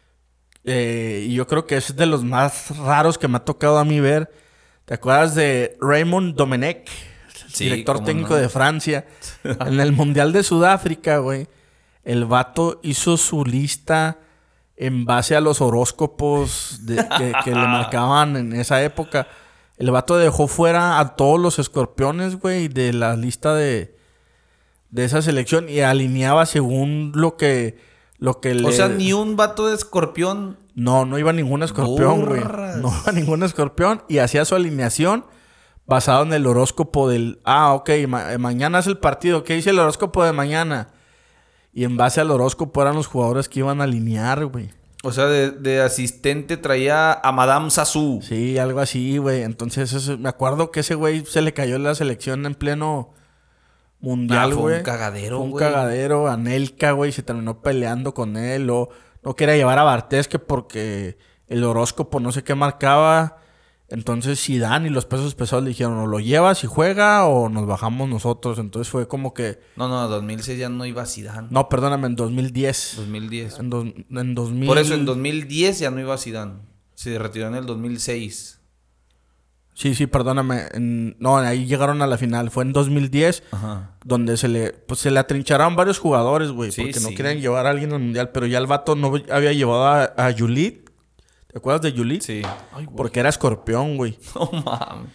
Y yo creo que es de los más raros que me ha tocado a mí ver. ¿Te acuerdas de Raymond Domenech? Sí, director técnico de Francia. En el Mundial de Sudáfrica, güey. El vato hizo su lista en base a los horóscopos que le marcaban en esa época. El vato dejó fuera a todos los escorpiones, güey, de la lista de esa selección y alineaba según lo que O sea, ni un vato de escorpión. No iba ningún escorpión, güey. No iba ningún escorpión y hacía su alineación basado en el horóscopo del... ok, mañana es el partido. ¿Qué dice el horóscopo de mañana? Y en base al horóscopo eran los jugadores que iban a alinear, güey. O sea, de asistente traía a Madame Sassou. Sí, algo así, güey. Entonces, me acuerdo que ese güey se le cayó la selección en pleno mundial, güey. Fue un cagadero, güey. Fue un cagadero. Anelka, güey, se terminó peleando con él. O no quería llevar a Bartés que porque el horóscopo no sé qué marcaba. Entonces Zidane y los pesos pesados le dijeron, o lo llevas y juega o nos bajamos nosotros. Entonces fue como que... No, 2006 ya no iba Zidane. No, perdóname, en 2010. 2010. En 2000... Por eso en 2010 ya no iba Zidane. Se retiró en el 2006. Sí, perdóname. No, ahí llegaron a la final. Fue en 2010. Ajá. Donde se le atrinchararon varios jugadores, güey. Sí, porque no sí. querían llevar a alguien al mundial. Pero ya el vato no había llevado a Yulit. ¿Te acuerdas de Yulit? Sí. Ay, güey. Porque era escorpión, güey. No mames.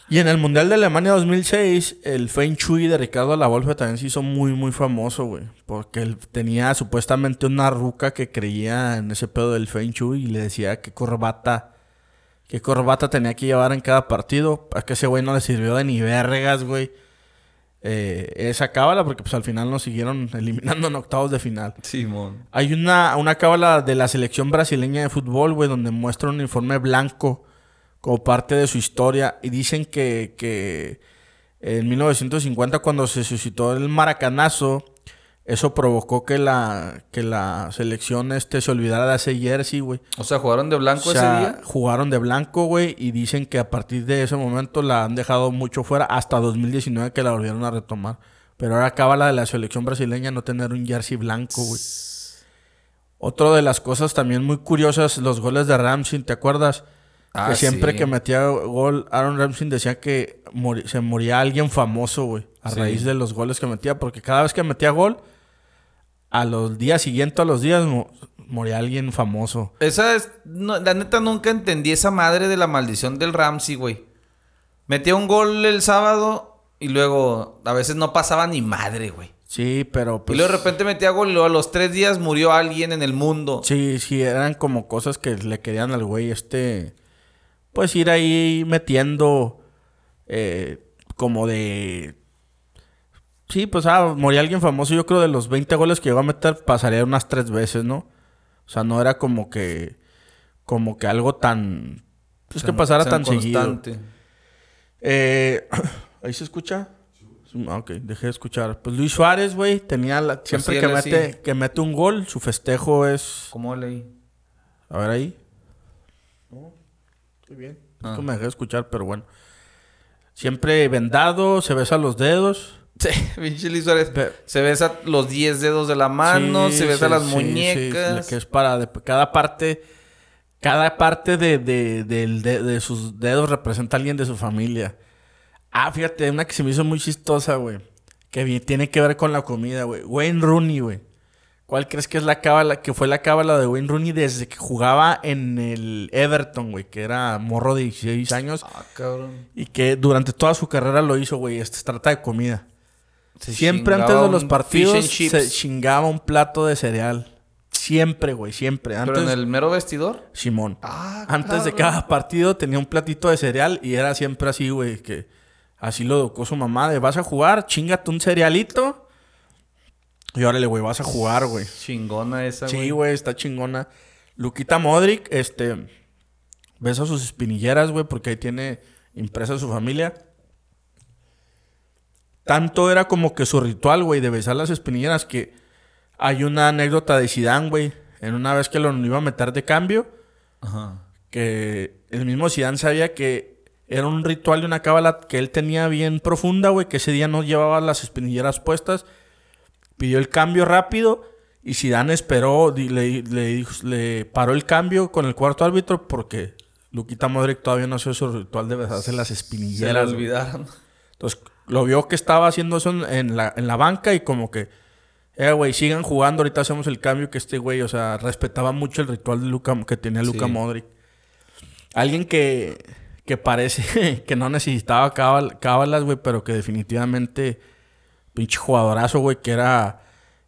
Y en el Mundial de Alemania 2006, el Feng Shui de Ricardo Lavolpe también se hizo muy, muy famoso, güey. Porque él tenía supuestamente una ruca que creía en ese pedo del Feng Shui y le decía qué corbata tenía que llevar en cada partido. Es que ese güey no le sirvió de ni vergas, güey. Esa cábala, porque pues al final nos siguieron eliminando en octavos de final. Simón. Hay una cábala de la selección brasileña de fútbol, güey, donde muestra un uniforme blanco como parte de su historia. Y dicen que en 1950, cuando se suscitó el maracanazo, eso provocó que la selección se olvidara de ese jersey, güey. O sea, ¿jugaron de blanco O sea, ese día? jugaron de blanco, güey, y dicen que a partir de ese momento la han dejado mucho fuera hasta 2019 que la volvieron a retomar. Pero ahora acaba la de la selección brasileña no tener un jersey blanco, güey. Otra de las cosas también muy curiosas, los goles de Ramsey, ¿te acuerdas? Ah, Que siempre sí. que metía gol, Aaron Ramsey decía que se moría alguien famoso, güey, a Sí. raíz de los goles que metía, porque cada vez que metía gol, a los días siguientes, moría alguien famoso. Esa es... no, la neta nunca entendí esa madre de la maldición del Ramsey, güey. Metía un gol el sábado y luego a veces no pasaba ni madre, güey. Sí, pero pues... Y luego de repente metía gol y luego a los 3 días murió alguien en el mundo. Sí, eran como cosas que le querían al güey pues ir ahí metiendo como de... Sí, pues moría alguien famoso. Yo creo de los 20 goles que llegó a meter pasaría unas 3 veces, ¿no? O sea, no era como que algo tan... Pues que pasara tan seguido. ¿Ahí se escucha? Ok, dejé de escuchar. Pues Luis Suárez, güey, tenía siempre que mete un gol, su festejo es... ¿Cómo leí? A ver ahí. No, estoy bien. Es que me dejé de escuchar, pero bueno. Siempre vendado, se besa los dedos. Sí, pinche Luis Suárez. Se besa los 10 dedos de la mano, se besa las muñecas. Sí, que es para... cada parte de sus dedos representa a alguien de su familia. Ah, fíjate, una que se me hizo muy chistosa, güey. Que tiene que ver con la comida, güey. Wayne Rooney, güey. ¿Cuál crees que es la cábala? Que fue la cábala de Wayne Rooney desde que jugaba en el Everton, güey. Que era morro de 16 años. Ah, cabrón. Y que durante toda su carrera lo hizo, güey. Se trata de comida. Siempre antes de los partidos se chingaba un plato de cereal. Siempre, güey, siempre. Antes, ¿pero en el mero vestidor? Simón. Ah, Antes de cada partido tenía un platito de cereal y era siempre así, güey, que así lo educó su mamá de vas a jugar, chíngate un cerealito y órale, güey, vas a jugar, güey. Chingona esa, güey. Sí, güey, está chingona. Luquita Modric, besa sus espinilleras, güey, porque ahí tiene impresa su familia. Tanto era como que su ritual, güey, de besar las espinilleras que hay una anécdota de Zidane, güey, en una vez que lo iba a meter de cambio, Ajá. que el mismo Zidane sabía que era un ritual de una cábala que él tenía bien profunda, güey, que ese día no llevaba las espinilleras puestas, pidió el cambio rápido y Zidane esperó, le paró el cambio con el cuarto árbitro porque Luquita Modric todavía no hacía su ritual de besarse las espinilleras. Se lo olvidaron. Entonces, lo vio que estaba haciendo eso en la banca y como que, güey, sigan jugando, ahorita hacemos el cambio, que este güey, o sea, respetaba mucho el ritual de que tenía Luka Modric. Alguien que parece que no necesitaba cábalas, güey, pero que definitivamente, pinche jugadorazo, güey, que era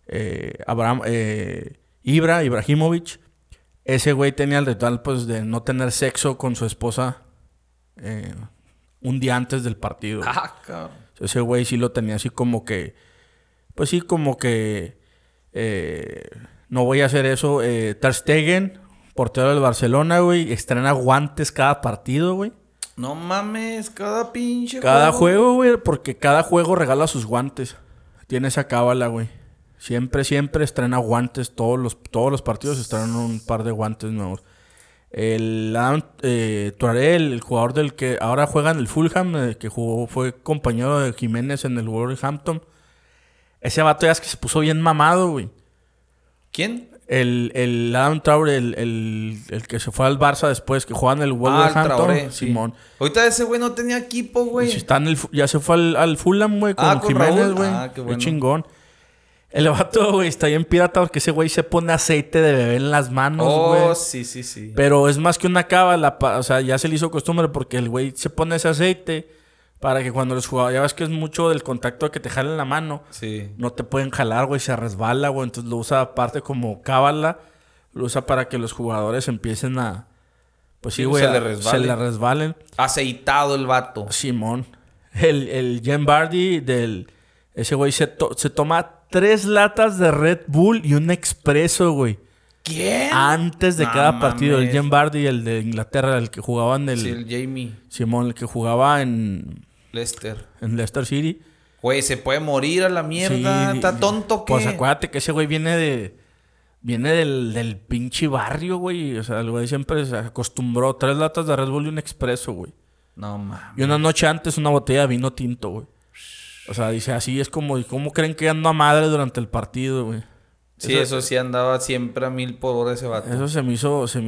Ibrahimovic. Ese güey tenía el ritual, pues, de no tener sexo con su esposa un día antes del partido. Ah, cabrón. Ese güey sí lo tenía así como que... Pues sí, como que... no voy a hacer eso. Ter Stegen, portero del Barcelona, güey. Estrena guantes cada partido, güey. No mames, cada pinche Cada juego, güey. Porque cada juego regala sus guantes. Tiene esa cábala, güey. Siempre estrena guantes. Todos los partidos estrenan un par de guantes nuevos. El Adam Traoré, el jugador del que ahora juega en el Fulham, que fue compañero de Jiménez en el Wolverhampton. Ese vato ya es que se puso bien mamado, güey. ¿Quién? El Adam Traoré, el que se fue al Barça después, que jugaba en el Wolverhampton. Traoré, Simón. Sí. Ahorita ese güey no tenía equipo, güey. Ya se fue al Fulham, güey, con Jiménez, güey. Qué bueno. Qué chingón. El vato, güey, está bien pirata porque ese güey se pone aceite de bebé en las manos, güey. Oh, sí. Pero es más que una cábala, o sea, ya se le hizo costumbre porque el güey se pone ese aceite, Para que cuando los jugadores... Ya ves que es mucho del contacto de que te jalen la mano. Sí. No te pueden jalar, güey. Se resbala, güey. Entonces lo usa aparte como cábala. Lo usa para que los jugadores empiecen a... Pues sí, güey. Se le resbalen. Aceitado el vato. Simón. El Jen Vardy ese güey se toma 3 latas de Red Bull y un expreso, güey. ¿Quién? Antes de cada partido. El Jen Vardy, el de Inglaterra, el que jugaba en el... Sí, el Jamie. Simón, el que jugaba en Leicester City. Güey, se puede morir a la mierda. Sí, ¿Está tonto qué? Pues acuérdate que ese güey viene del pinche barrio, güey. O sea, el güey siempre se acostumbró 3 latas de Red Bull y un expreso, güey. No, mames. Y una noche antes una botella de vino tinto, güey. O sea, dice, así es como... ¿Cómo creen que ando a madre durante el partido, güey? Sí, eso sí andaba siempre a 1000 por hora ese vato. Eso se me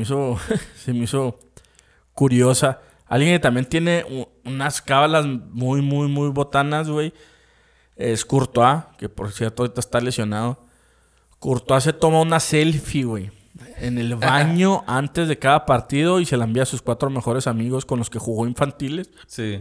hizo curiosa. Alguien que también tiene unas cábalas muy, muy, muy botanas, güey. Es Courtois, que por cierto ahorita está lesionado. Courtois se toma una selfie, güey, en el baño antes de cada partido y se la envía a sus 4 mejores amigos con los que jugó infantiles. Sí.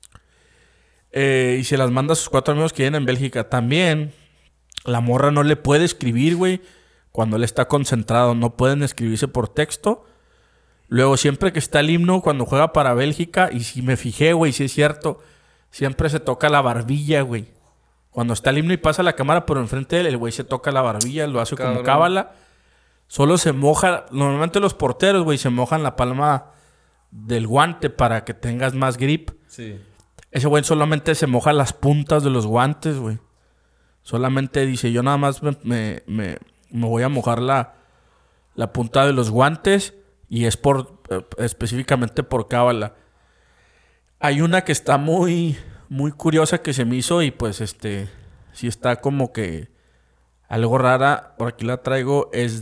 Y se las manda a sus 4 amigos que vienen en Bélgica. También la morra no le puede escribir, güey, cuando él está concentrado. No pueden escribirse por texto. Luego, siempre que está el himno, cuando juega para Bélgica, y si me fijé, güey, si es cierto, siempre se toca la barbilla, güey. Cuando está el himno y pasa la cámara por enfrente de él, el güey se toca la barbilla, lo hace como cábala. Solo se moja... Normalmente los porteros, güey, se mojan la palma del guante para que tengas más grip. Sí. Ese güey solamente se moja las puntas de los guantes, güey. Solamente dice, yo nada más me voy a mojar la punta de los guantes y es específicamente por cábala. Hay una que está muy, muy curiosa que se me hizo y pues sí está como que algo rara. Por aquí la traigo, es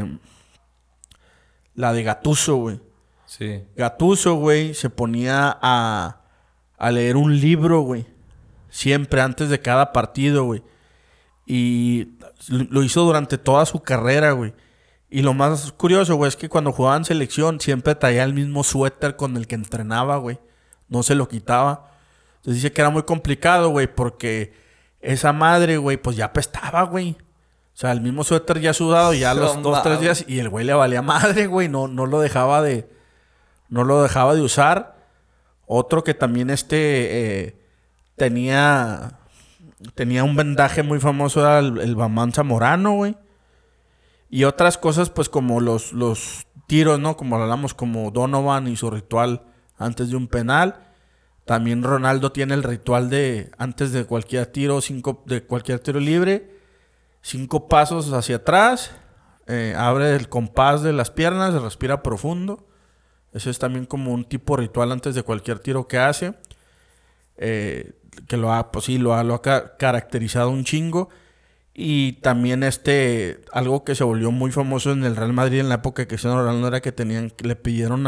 la de Gattuso, güey. Sí. Gattuso, güey, se ponía a leer un libro, güey. Siempre antes de cada partido, güey. Y lo hizo durante toda su carrera, güey. Y lo más curioso, güey, es que cuando jugaba en selección siempre traía el mismo suéter con el que entrenaba, güey. No se lo quitaba. Entonces dice que era muy complicado, güey, porque esa madre, güey, pues ya apestaba, güey. O sea, el mismo suéter ya sudado ya los 2-3 días y el güey le valía madre, güey. No lo dejaba de usar. Otro que también tenía un vendaje muy famoso, era el Bamán Zamorano, güey. Y otras cosas, pues como los tiros, ¿no? Como hablamos, como Donovan y su ritual antes de un penal. También Ronaldo tiene el ritual de antes de cualquier tiro, de cualquier tiro libre, 5 pasos hacia atrás, abre el compás de las piernas, respira profundo. Eso es también como un tipo ritual antes de cualquier tiro que hace. Que lo ha caracterizado un chingo. Y también algo que se volvió muy famoso en el Real Madrid en la época de Cristiano Ronaldo era que le pidieron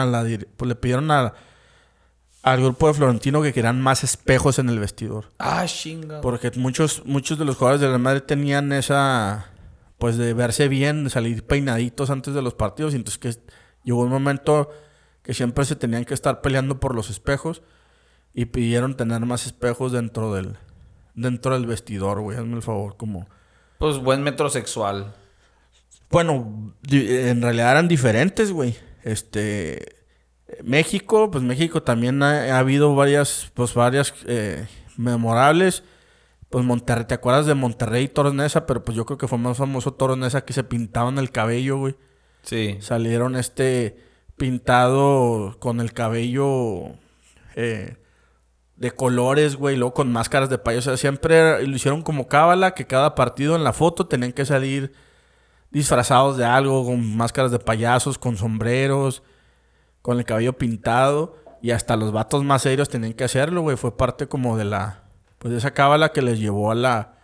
al grupo de Florentino que querían más espejos en el vestidor. Ah, chinga. Porque muchos de los jugadores del Real Madrid tenían esa, pues, de verse bien, de salir peinaditos antes de los partidos. Y entonces que llegó un momento que siempre se tenían que estar peleando por los espejos y pidieron tener más espejos dentro del vestidor, güey. Hazme el favor, como... Pues buen metrosexual. Bueno, en realidad eran diferentes, güey. México también ha habido varias memorables. Pues Monterrey, ¿te acuerdas de Monterrey y Toros Neza? Pero pues yo creo que fue más famoso Toros Neza, que se pintaban el cabello, güey. Sí. Salieron pintado con el cabello de colores, güey, luego con máscaras de payaso. O sea, siempre lo hicieron como cábala, que cada partido en la foto tenían que salir disfrazados de algo, con máscaras de payasos, con sombreros, con el cabello pintado. Y hasta los vatos más serios tenían que hacerlo, güey. Fue parte como de de esa cábala que les llevó a la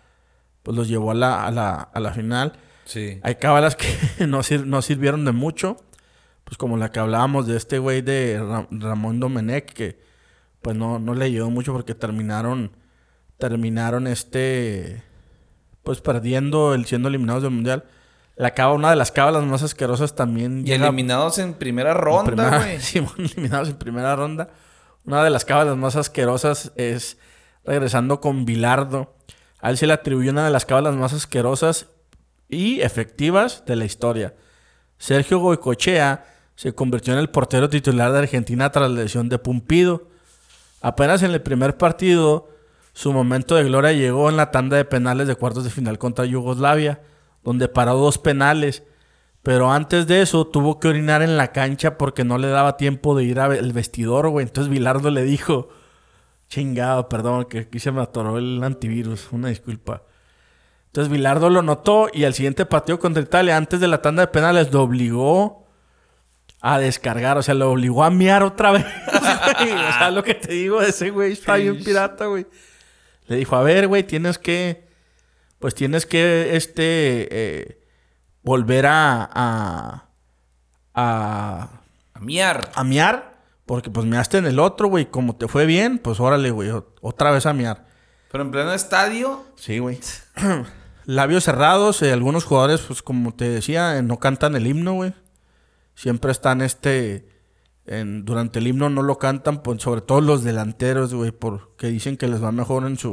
final. Sí. Hay cábalas que no sirvieron de mucho. Pues como la que hablábamos de este güey de Ramón Domenech, que pues no le ayudó mucho porque terminaron pues perdiendo, siendo eliminados del Mundial. Una de las cábalas más asquerosas también. Y eliminados en primera ronda, güey. Sí, eliminados en primera ronda. Una de las cábalas más asquerosas es regresando con Bilardo. A él se le atribuyó una de las cábalas más asquerosas y efectivas de la historia. Sergio Goicoechea se convirtió en el portero titular de Argentina tras la lesión de Pumpido. Apenas en el primer partido, su momento de gloria llegó en la tanda de penales de cuartos de final contra Yugoslavia, donde paró 2 penales. Pero antes de eso tuvo que orinar en la cancha porque no le daba tiempo de ir al vestidor, güey. Entonces Bilardo le dijo, chingado, perdón, que aquí se me atoró el antivirus, una disculpa. Entonces Bilardo lo notó y al siguiente partido contra Italia, antes de la tanda de penales, lo obligó a descargar. O sea, lo obligó a miar otra vez, güey. O sea, lo que te digo de ese güey está bien pirata, güey. Le dijo, a ver, güey, tienes que volver a miar. A miar, porque pues measte en el otro, güey. Como te fue bien, pues órale, güey, otra vez a miar. ¿Pero en pleno estadio? Sí, güey. Labios cerrados. Algunos jugadores, pues como te decía, no cantan el himno, güey. Siempre están durante el himno no lo cantan, pues, sobre todo los delanteros, güey, porque dicen que les va mejor en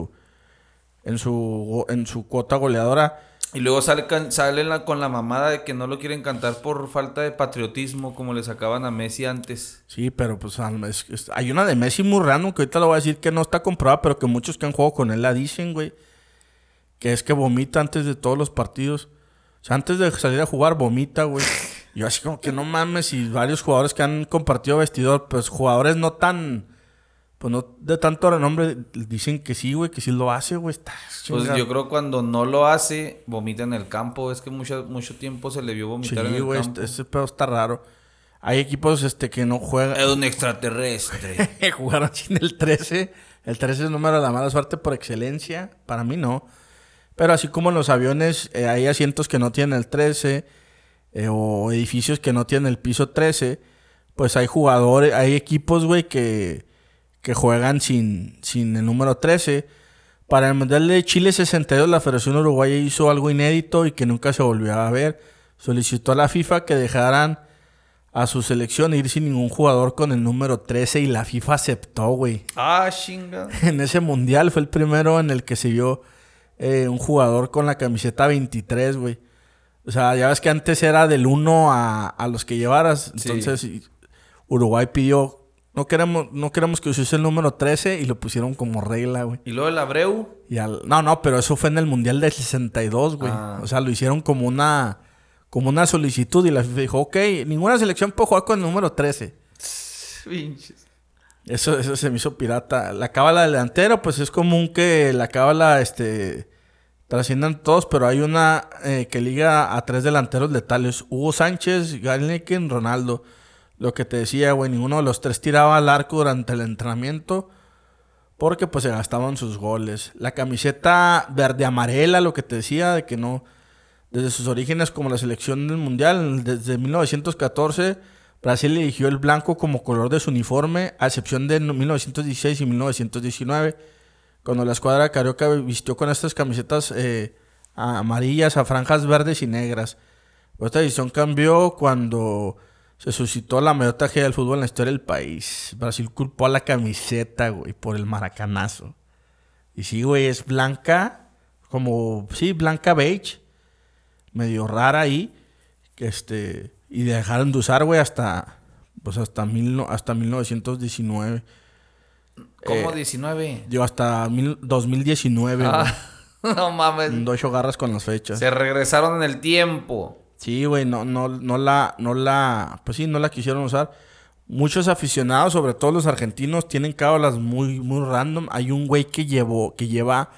su cuota goleadora. Y luego salen con la mamada de que no lo quieren cantar por falta de patriotismo, como le sacaban a Messi antes. Sí, pero pues hay una de Messi muy random que ahorita lo voy a decir que no está comprobada, pero que muchos que han jugado con él la dicen, güey. Que es que vomita antes de todos los partidos. O sea, antes de salir a jugar, vomita, güey. Yo así como que no mames, y varios jugadores que han compartido vestidor, pues jugadores no tan... Pues no de tanto renombre, dicen que sí, güey, que sí lo hace, güey. Pues yo creo que cuando no lo hace, vomita en el campo. Es que mucho tiempo se le vio vomitar en el güey, campo. Ese pedo está raro. Hay equipos que no juegan... Es un extraterrestre. Jugaron sin el 13. El 13 es el número de la mala suerte por excelencia. Para mí no. Pero así como en los aviones hay asientos que no tienen el 13... o edificios que no tienen el piso 13... Pues hay equipos, güey, que juegan sin el número 13. Para el Mundial de Chile 62, la Federación Uruguaya hizo algo inédito y que nunca se volvió a ver. Solicitó a la FIFA que dejaran a su selección ir sin ningún jugador con el número 13 y la FIFA aceptó, güey. Ah, chinga. En ese Mundial fue el primero en el que se vio un jugador con la camiseta 23, güey. O sea, ya ves que antes era del 1 a los que llevaras. Entonces, sí. Uruguay pidió... No queremos que use el número 13 y lo pusieron como regla, güey. ¿Y luego el Abreu? No, pero eso fue en el Mundial del 62, güey. O sea, lo hicieron como una solicitud y la FIFA dijo, ok, ninguna selección puede jugar con el número 13. Pinches. Eso se me hizo pirata. La cábala delantera, pues es común que la cábala trasciendan todos, pero hay una que liga a 3 delanteros letales. Hugo Sánchez, Galnecken, Ronaldo. Lo que te decía, güey, ninguno de los 3 tiraba al arco durante el entrenamiento porque pues se gastaban sus goles. La camiseta verde-amarela, lo que te decía, de que no... Desde sus orígenes como la selección del Mundial, desde 1914, Brasil eligió el blanco como color de su uniforme, a excepción de 1916 y 1919, cuando la escuadra carioca vistió con estas camisetas amarillas a franjas verdes y negras. Esta edición cambió cuando... se suscitó la mayor tragedia del fútbol en la historia del país. Brasil culpó a la camiseta, güey, por el maracanazo. Y sí, güey, es blanca, blanca beige, medio rara ahí, y dejaron de usar, güey, hasta 1919. ¿Cómo 19? Hasta 2019, güey. No mames. No agarras con las fechas. Se regresaron en el tiempo. Sí, güey, no la quisieron usar. Muchos aficionados, sobre todo los argentinos, tienen cábalas muy, muy random. Hay un güey que lleva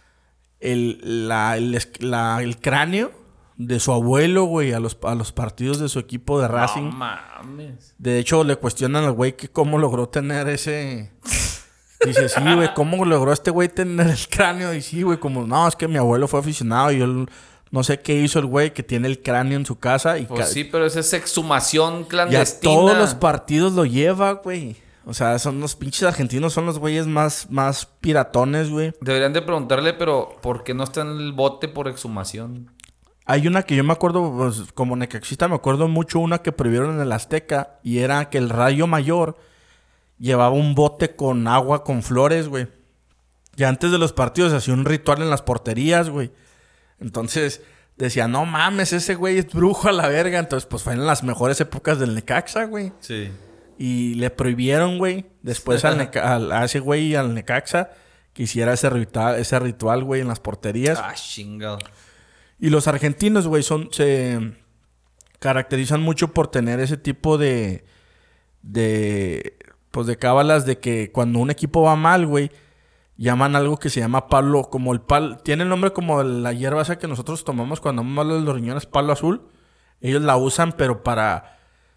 el cráneo de su abuelo, güey, a los partidos de su equipo de Racing. No mames. De hecho, le cuestionan al güey que cómo logró tener ese... Dice, sí, güey, ¿cómo logró este güey tener el cráneo? Y sí, güey, como, no, es que mi abuelo fue aficionado y yo... No sé qué hizo el güey que tiene el cráneo en su casa. Pues sí, pero esa es exhumación clandestina. Y a todos los partidos lo lleva, güey. O sea, son los pinches argentinos, son los güeyes más piratones, güey. Deberían de preguntarle, pero ¿por qué no está en el bote por exhumación? Hay una que yo me acuerdo, pues, como necaxista, me acuerdo mucho una que prohibieron en el Azteca. Y era que el Rayo Mayor llevaba un bote con agua con flores, güey. Y antes de los partidos hacía un ritual en las porterías, güey. Entonces decía, no mames, ese güey es brujo a la verga. Entonces, pues fue en las mejores épocas del Necaxa, güey. Sí. Y le prohibieron, güey, después a ese güey y al Necaxa que hiciera ese ritual, güey, en las porterías. Ah, chingado. Y los argentinos, güey, se caracterizan mucho por tener ese tipo de cábalas de que cuando un equipo va mal, güey, llaman algo que se llama palo, como el palo, tiene el nombre como la hierba esa que nosotros tomamos cuando vamos mal de los riñones, palo azul. Ellos la usan, pero para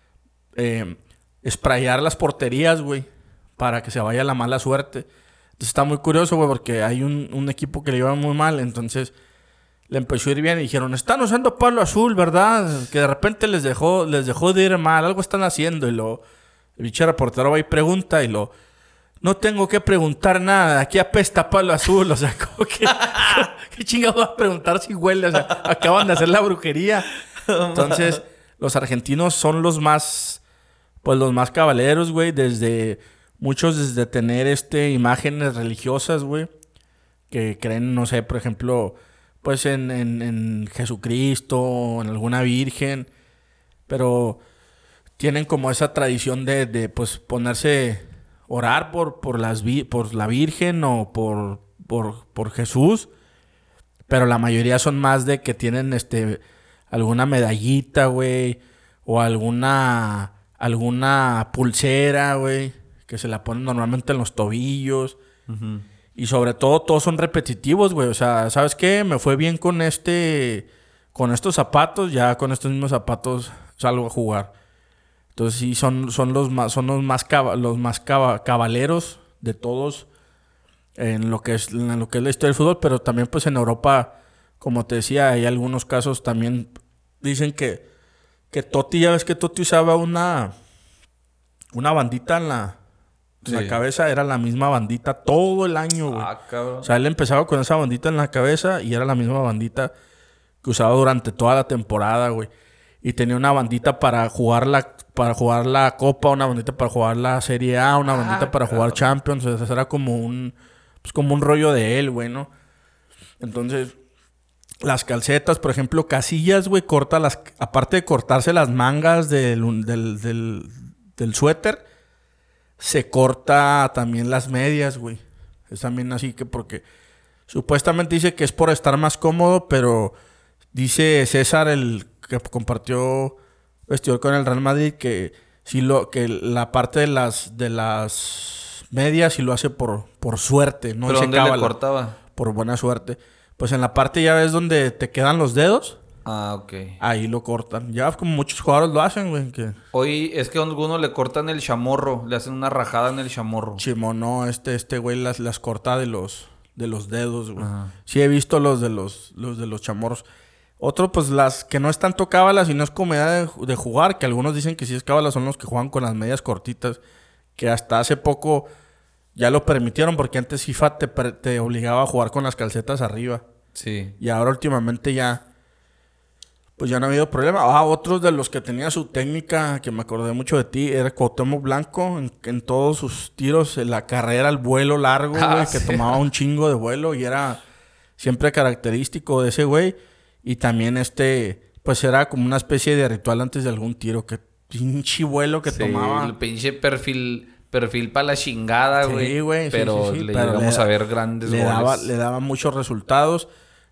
sprayar las porterías, güey, para que se vaya la mala suerte. Entonces está muy curioso, güey, porque hay un equipo que le iba muy mal, entonces le empezó a ir bien y dijeron, están usando palo azul, ¿verdad? Que de repente les dejó de ir mal, algo están haciendo. Y el bicho reportero va y pregunta y no tengo que preguntar nada, aquí apesta palo azul, o sea, como que ¿qué chingado va a preguntar si huele? O sea, acaban de hacer la brujería. Entonces, los argentinos son los más caballeros, güey, muchos desde tener imágenes religiosas, güey, que creen, no sé, por ejemplo, pues en Jesucristo, en alguna virgen, pero tienen como esa tradición de pues ponerse, orar por la virgen o por Jesús, pero la mayoría son más de que tienen alguna medallita, güey, o alguna pulsera, güey, que se la ponen normalmente en los tobillos. Uh-huh. Y sobre todo, todos son repetitivos, güey. O sea, ¿sabes qué? Me fue bien con estos zapatos. Ya con estos mismos zapatos salgo a jugar. Entonces sí, son los más cabaleros de todos en lo que es la historia del fútbol. Pero también, pues, en Europa, como te decía, hay algunos casos también. Dicen que Totti, ya ves que Totti usaba una bandita en la cabeza, era la misma bandita todo el año, güey. Ah, cabrón. O sea, él empezaba con esa bandita en la cabeza y era la misma bandita que usaba durante toda la temporada, güey. Y tenía una bandita para jugar la Copa, una bandita para jugar la Serie A, una bandita para jugar Champions. O sea, era como un rollo de él, güey, ¿no? Entonces, las calcetas, por ejemplo, Casillas, güey, aparte de cortarse las mangas del suéter, se corta también las medias, güey. Es también así que porque supuestamente dice que es por estar más cómodo, pero dice César, el que compartió vestidor con el Real Madrid, que la parte de las medias sí lo hace por suerte, no. ¿Pero dónde le cortaba? Por buena suerte. Pues en la parte, ya ves, donde te quedan los dedos. Ah, ok. Ahí lo cortan. Ya como muchos jugadores lo hacen, güey. Hoy es que a algunos le cortan el chamorro. Le hacen una rajada en el chamorro. Chimo, no. Este güey las corta de los dedos, güey. Ajá. Sí he visto los de los chamorros. Otro, pues las que no están tocadas y no es comodidad de jugar. Que algunos dicen que sí es cábala, son los que juegan con las medias cortitas. Que hasta hace poco ya lo permitieron. Porque antes FIFA te obligaba a jugar con las calcetas arriba. Sí. Y ahora últimamente ya... Pues ya no ha habido problema. Otros de los que tenía su técnica, que me acordé mucho de ti, era Cuauhtémoc Blanco. En todos sus tiros, en la carrera, el vuelo largo, güey, que tomaba un chingo de vuelo y era siempre característico de ese güey. Y también pues era como una especie de ritual antes de algún tiro. Que pinche vuelo que tomaba. El pinche perfil para la chingada, güey. Sí, güey. Pero sí. le llegamos a ver grandes goles. Le daba muchos resultados.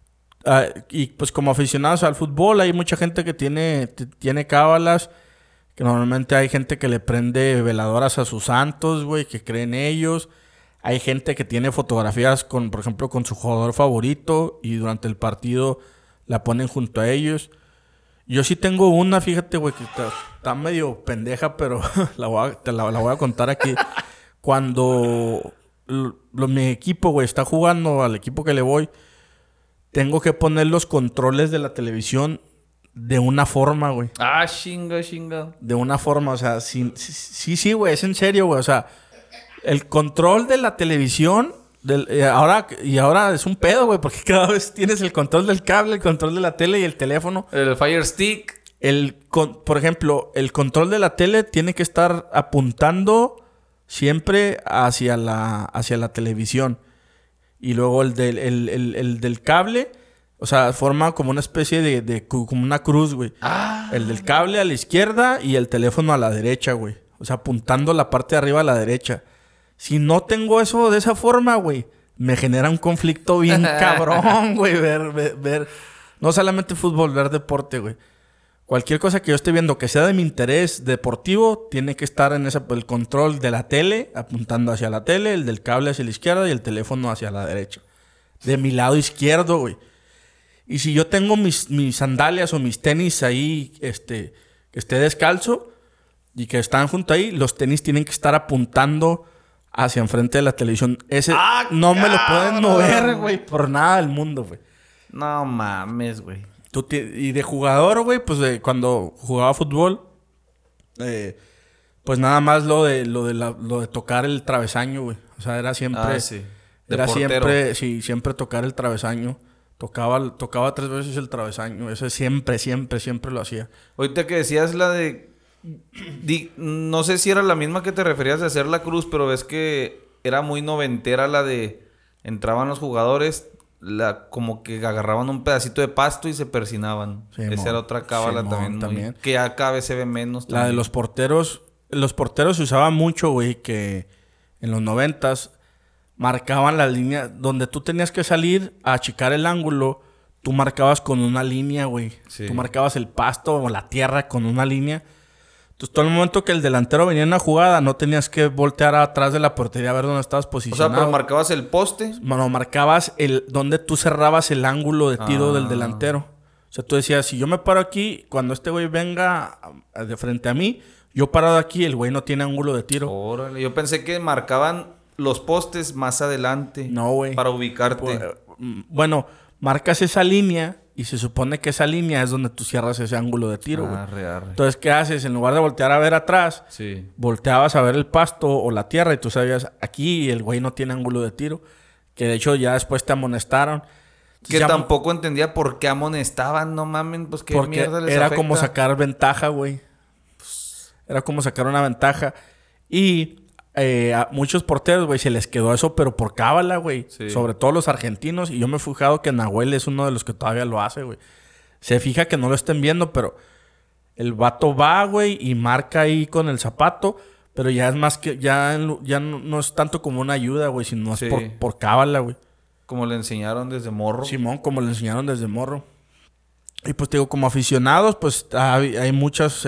Y pues como aficionados al fútbol hay mucha gente que tiene cábalas, que normalmente hay gente que le prende veladoras a sus santos, güey, que cree en ellos. Hay gente que tiene fotografías por ejemplo, con su jugador favorito y durante el partido la ponen junto a ellos. Yo sí tengo una, fíjate, güey, que está medio pendeja, pero la voy a contar aquí. Cuando mi equipo, güey, está jugando al equipo que le voy, tengo que poner los controles de la televisión de una forma, güey. Ah, chinga. De una forma, o sea, sí, güey, es en serio, güey. O sea, el control de la televisión, ahora es un pedo, güey, porque cada vez tienes el control del cable, el control de la tele y el teléfono. El Fire Stick. Por ejemplo, el control de la tele tiene que estar apuntando siempre hacia la televisión. Y luego el del cable, o sea, forma como una especie como una cruz, güey. El del cable a la izquierda y el teléfono a la derecha, güey. O sea, apuntando la parte de arriba a la derecha. Si no tengo eso de esa forma, güey, me genera un conflicto bien cabrón, güey, ver no solamente fútbol, ver deporte, güey. Cualquier cosa que yo esté viendo que sea de mi interés deportivo, tiene que estar en el control de la tele, apuntando hacia la tele, el del cable hacia la izquierda y el teléfono hacia la derecha. De mi lado izquierdo, güey. Y si yo tengo mis sandalias o mis tenis ahí, que esté descalzo y que están junto ahí, los tenis tienen que estar apuntando hacia enfrente de la televisión. Ese no me lo pueden mover, güey, por nada del mundo, güey. No mames, güey. Y de jugador, güey, pues cuando jugaba fútbol, pues nada más lo de tocar el travesaño, güey. O sea, era siempre... Sí. Era siempre, sí, siempre tocar el travesaño. Tocaba 3 veces el travesaño. Eso siempre lo hacía. Ahorita que decías la de... no sé si era la misma que te referías de hacer la cruz, pero ves que era muy noventera la de... Entraban los jugadores... como que agarraban un pedacito de pasto y se persinaban. Esa era otra cábala también. Que ya cada vez se ve menos. La de los porteros. Los porteros se usaba mucho, güey, que en los 90s marcaban la línea. Donde tú tenías que salir a achicar el ángulo, tú marcabas con una línea, güey. Sí. Tú marcabas el pasto o la tierra con una línea. Entonces, todo el momento que el delantero venía en una jugada, no tenías que voltear atrás de la portería a ver dónde estabas posicionado. O sea, ¿pero marcabas el poste? No, marcabas donde tú cerrabas el ángulo de tiro del delantero. O sea, tú decías, si yo me paro aquí, cuando este güey venga de frente a mí, yo parado aquí, el güey no tiene ángulo de tiro. Órale, yo pensé que marcaban los postes más adelante. No, güey. Para ubicarte. Bueno, marcas esa línea... Y se supone que esa línea es donde tú cierras ese ángulo de tiro, güey. Entonces, ¿qué haces? En lugar de voltear a ver atrás, volteabas a ver el pasto o la tierra y tú sabías, aquí el güey no tiene ángulo de tiro. Que de hecho ya después te amonestaron. Que tampoco entendía por qué amonestaban, no mamen, pues qué mierda les era afecta. Como sacar ventaja, güey. Era como sacar una ventaja. Y... a muchos porteros, güey, se les quedó eso, pero por cábala, güey. Sí. Sobre todo los argentinos. Y yo me he fijado que Nahuel es uno de los que todavía lo hace, güey. Se fija que no lo estén viendo, pero el vato va, güey, y marca ahí con el zapato. Pero ya es más que... Ya no es tanto como una ayuda, güey, sino es por cábala, güey. Como le enseñaron desde morro. Simón, como le enseñaron desde morro. Y pues te digo, como aficionados, pues hay muchas,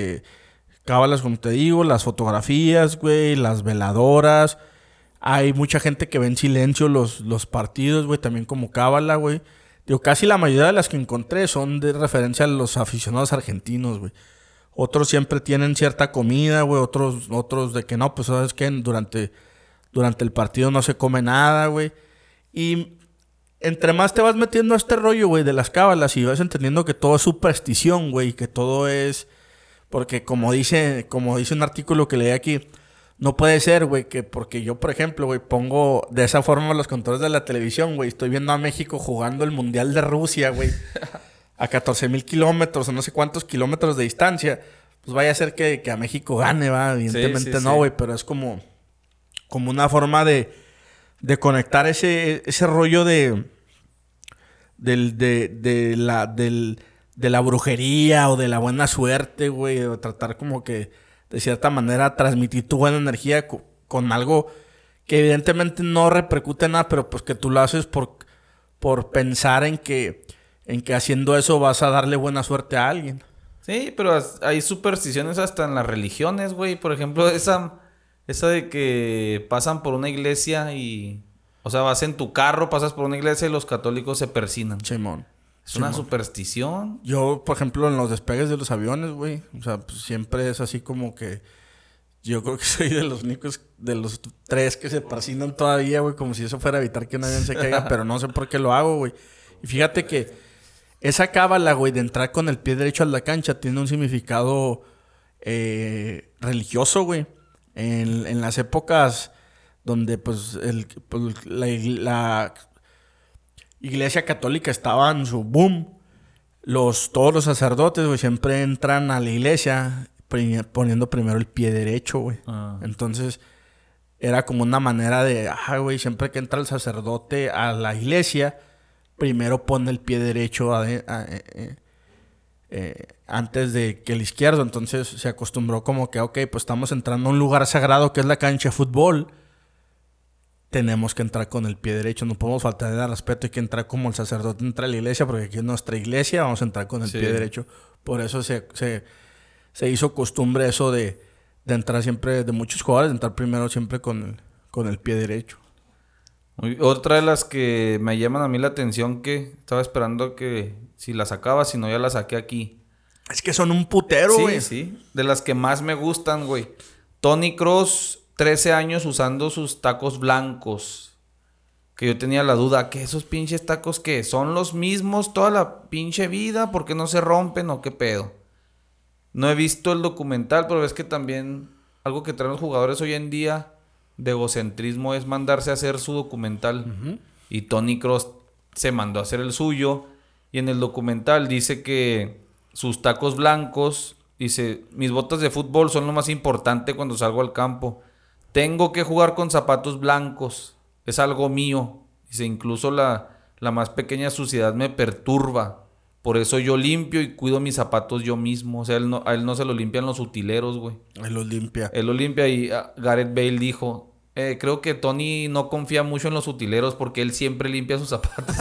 cábalas, como te digo, las fotografías, güey, las veladoras. Hay mucha gente que ve en silencio los partidos, güey, también como cábala, güey. Digo, casi la mayoría de las que encontré son de referencia a los aficionados argentinos, güey. Otros siempre tienen cierta comida, güey. Otros de que no, pues, ¿sabes qué? Durante el partido no se come nada, güey. Y entre más te vas metiendo a este rollo, güey, de las cábalas y vas entendiendo que todo es superstición, güey, que todo es... Porque como dice un artículo que leí aquí, no puede ser, güey, que porque yo, por ejemplo, güey, pongo de esa forma los controles de la televisión, güey. Estoy viendo a México jugando el Mundial de Rusia, güey. A 14,000 kilómetros o no sé cuántos kilómetros de distancia. Pues vaya a ser que a México gane, va. Evidentemente no, güey. Pero es como una forma de conectar ese rollo de la brujería o de la buena suerte, güey. O tratar como que, de cierta manera, transmitir tu buena energía con algo que evidentemente no repercute en nada, pero pues que tú lo haces por pensar en que haciendo eso vas a darle buena suerte a alguien. Sí, pero hay supersticiones hasta en las religiones, güey. Por ejemplo, esa de que pasan por una iglesia y... O sea, vas en tu carro, pasas por una iglesia y los católicos se persinan. Simón. Es una superstición. Yo, por ejemplo, en los despegues de los aviones, güey. O sea, pues siempre es así como que... Yo creo que soy de los únicos, de los 3 que se persinan todavía, güey. Como si eso fuera a evitar que un avión se caiga. Pero no sé por qué lo hago, güey. Y fíjate que esa cábala, güey, de entrar con el pie derecho a la cancha tiene un significado religioso, güey. En las épocas donde, pues, la Iglesia Católica estaba en su boom, todos los sacerdotes, güey, siempre entran a la iglesia poniendo primero el pie derecho, güey. Entonces, era como una manera de, güey, siempre que entra el sacerdote a la iglesia, primero pone el pie derecho antes de que el izquierdo. Entonces se acostumbró como que, ok, pues estamos entrando a un lugar sagrado que es la cancha de fútbol. Tenemos que entrar con el pie derecho, no podemos faltar de respeto, hay que entrar como el sacerdote entra a la iglesia, porque aquí es nuestra iglesia, vamos a entrar con el pie derecho. Por eso se hizo costumbre eso de entrar siempre, de muchos jugadores, de entrar primero siempre con el pie derecho. Otra de las que me llaman a mí la atención, que estaba esperando que si la sacaba, si no ya la saqué aquí. Es que son un putero, güey. Sí. De las que más me gustan, güey. Tony Kroos, 13 años usando sus tacos blancos. Que yo tenía la duda, que esos pinches tacos que son los mismos toda la pinche vida, ¿por qué no se rompen o qué pedo? No he visto el documental, pero ves que también algo que traen los jugadores hoy en día de egocentrismo es mandarse a hacer su documental. Uh-huh. Y Tony Kroos se mandó a hacer el suyo. Y en el documental dice que sus tacos blancos, dice, mis botas de fútbol son lo más importante cuando salgo al campo. Tengo que jugar con zapatos blancos. Es algo mío. Dice, incluso la más pequeña suciedad me perturba. Por eso yo limpio y cuido mis zapatos yo mismo. O sea, a él no se lo limpian los utileros, güey. Él los limpia. Él los limpia y Gareth Bale dijo, creo que Tony no confía mucho en los utileros porque él siempre limpia sus zapatos.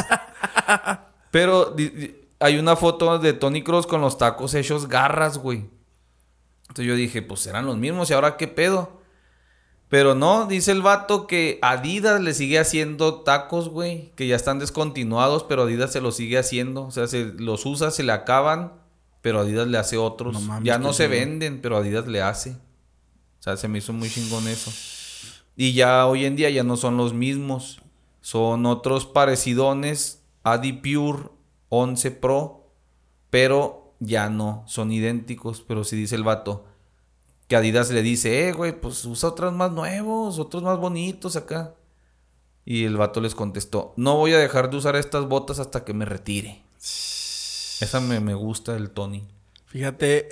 Pero hay una foto de Tony Kroos con los tacos hechos garras, güey. Entonces yo dije, pues eran los mismos y ahora qué pedo. Pero no, dice el vato que Adidas le sigue haciendo tacos, güey. Que ya están descontinuados, pero Adidas se los sigue haciendo. O sea, se los usa, se le acaban, pero Adidas le hace otros. No mames, ya no se venden, pero Adidas le hace. O sea, se me hizo muy chingón eso. Y ya hoy en día ya no son los mismos. Son otros parecidones. Adi Pure 11 Pro. Pero ya no son idénticos. Pero sí dice el vato que Adidas le dice, güey, pues usa otros más nuevos, otros más bonitos acá. Y el vato les contestó, no voy a dejar de usar estas botas hasta que me retire. Esa me gusta del Tony. Fíjate,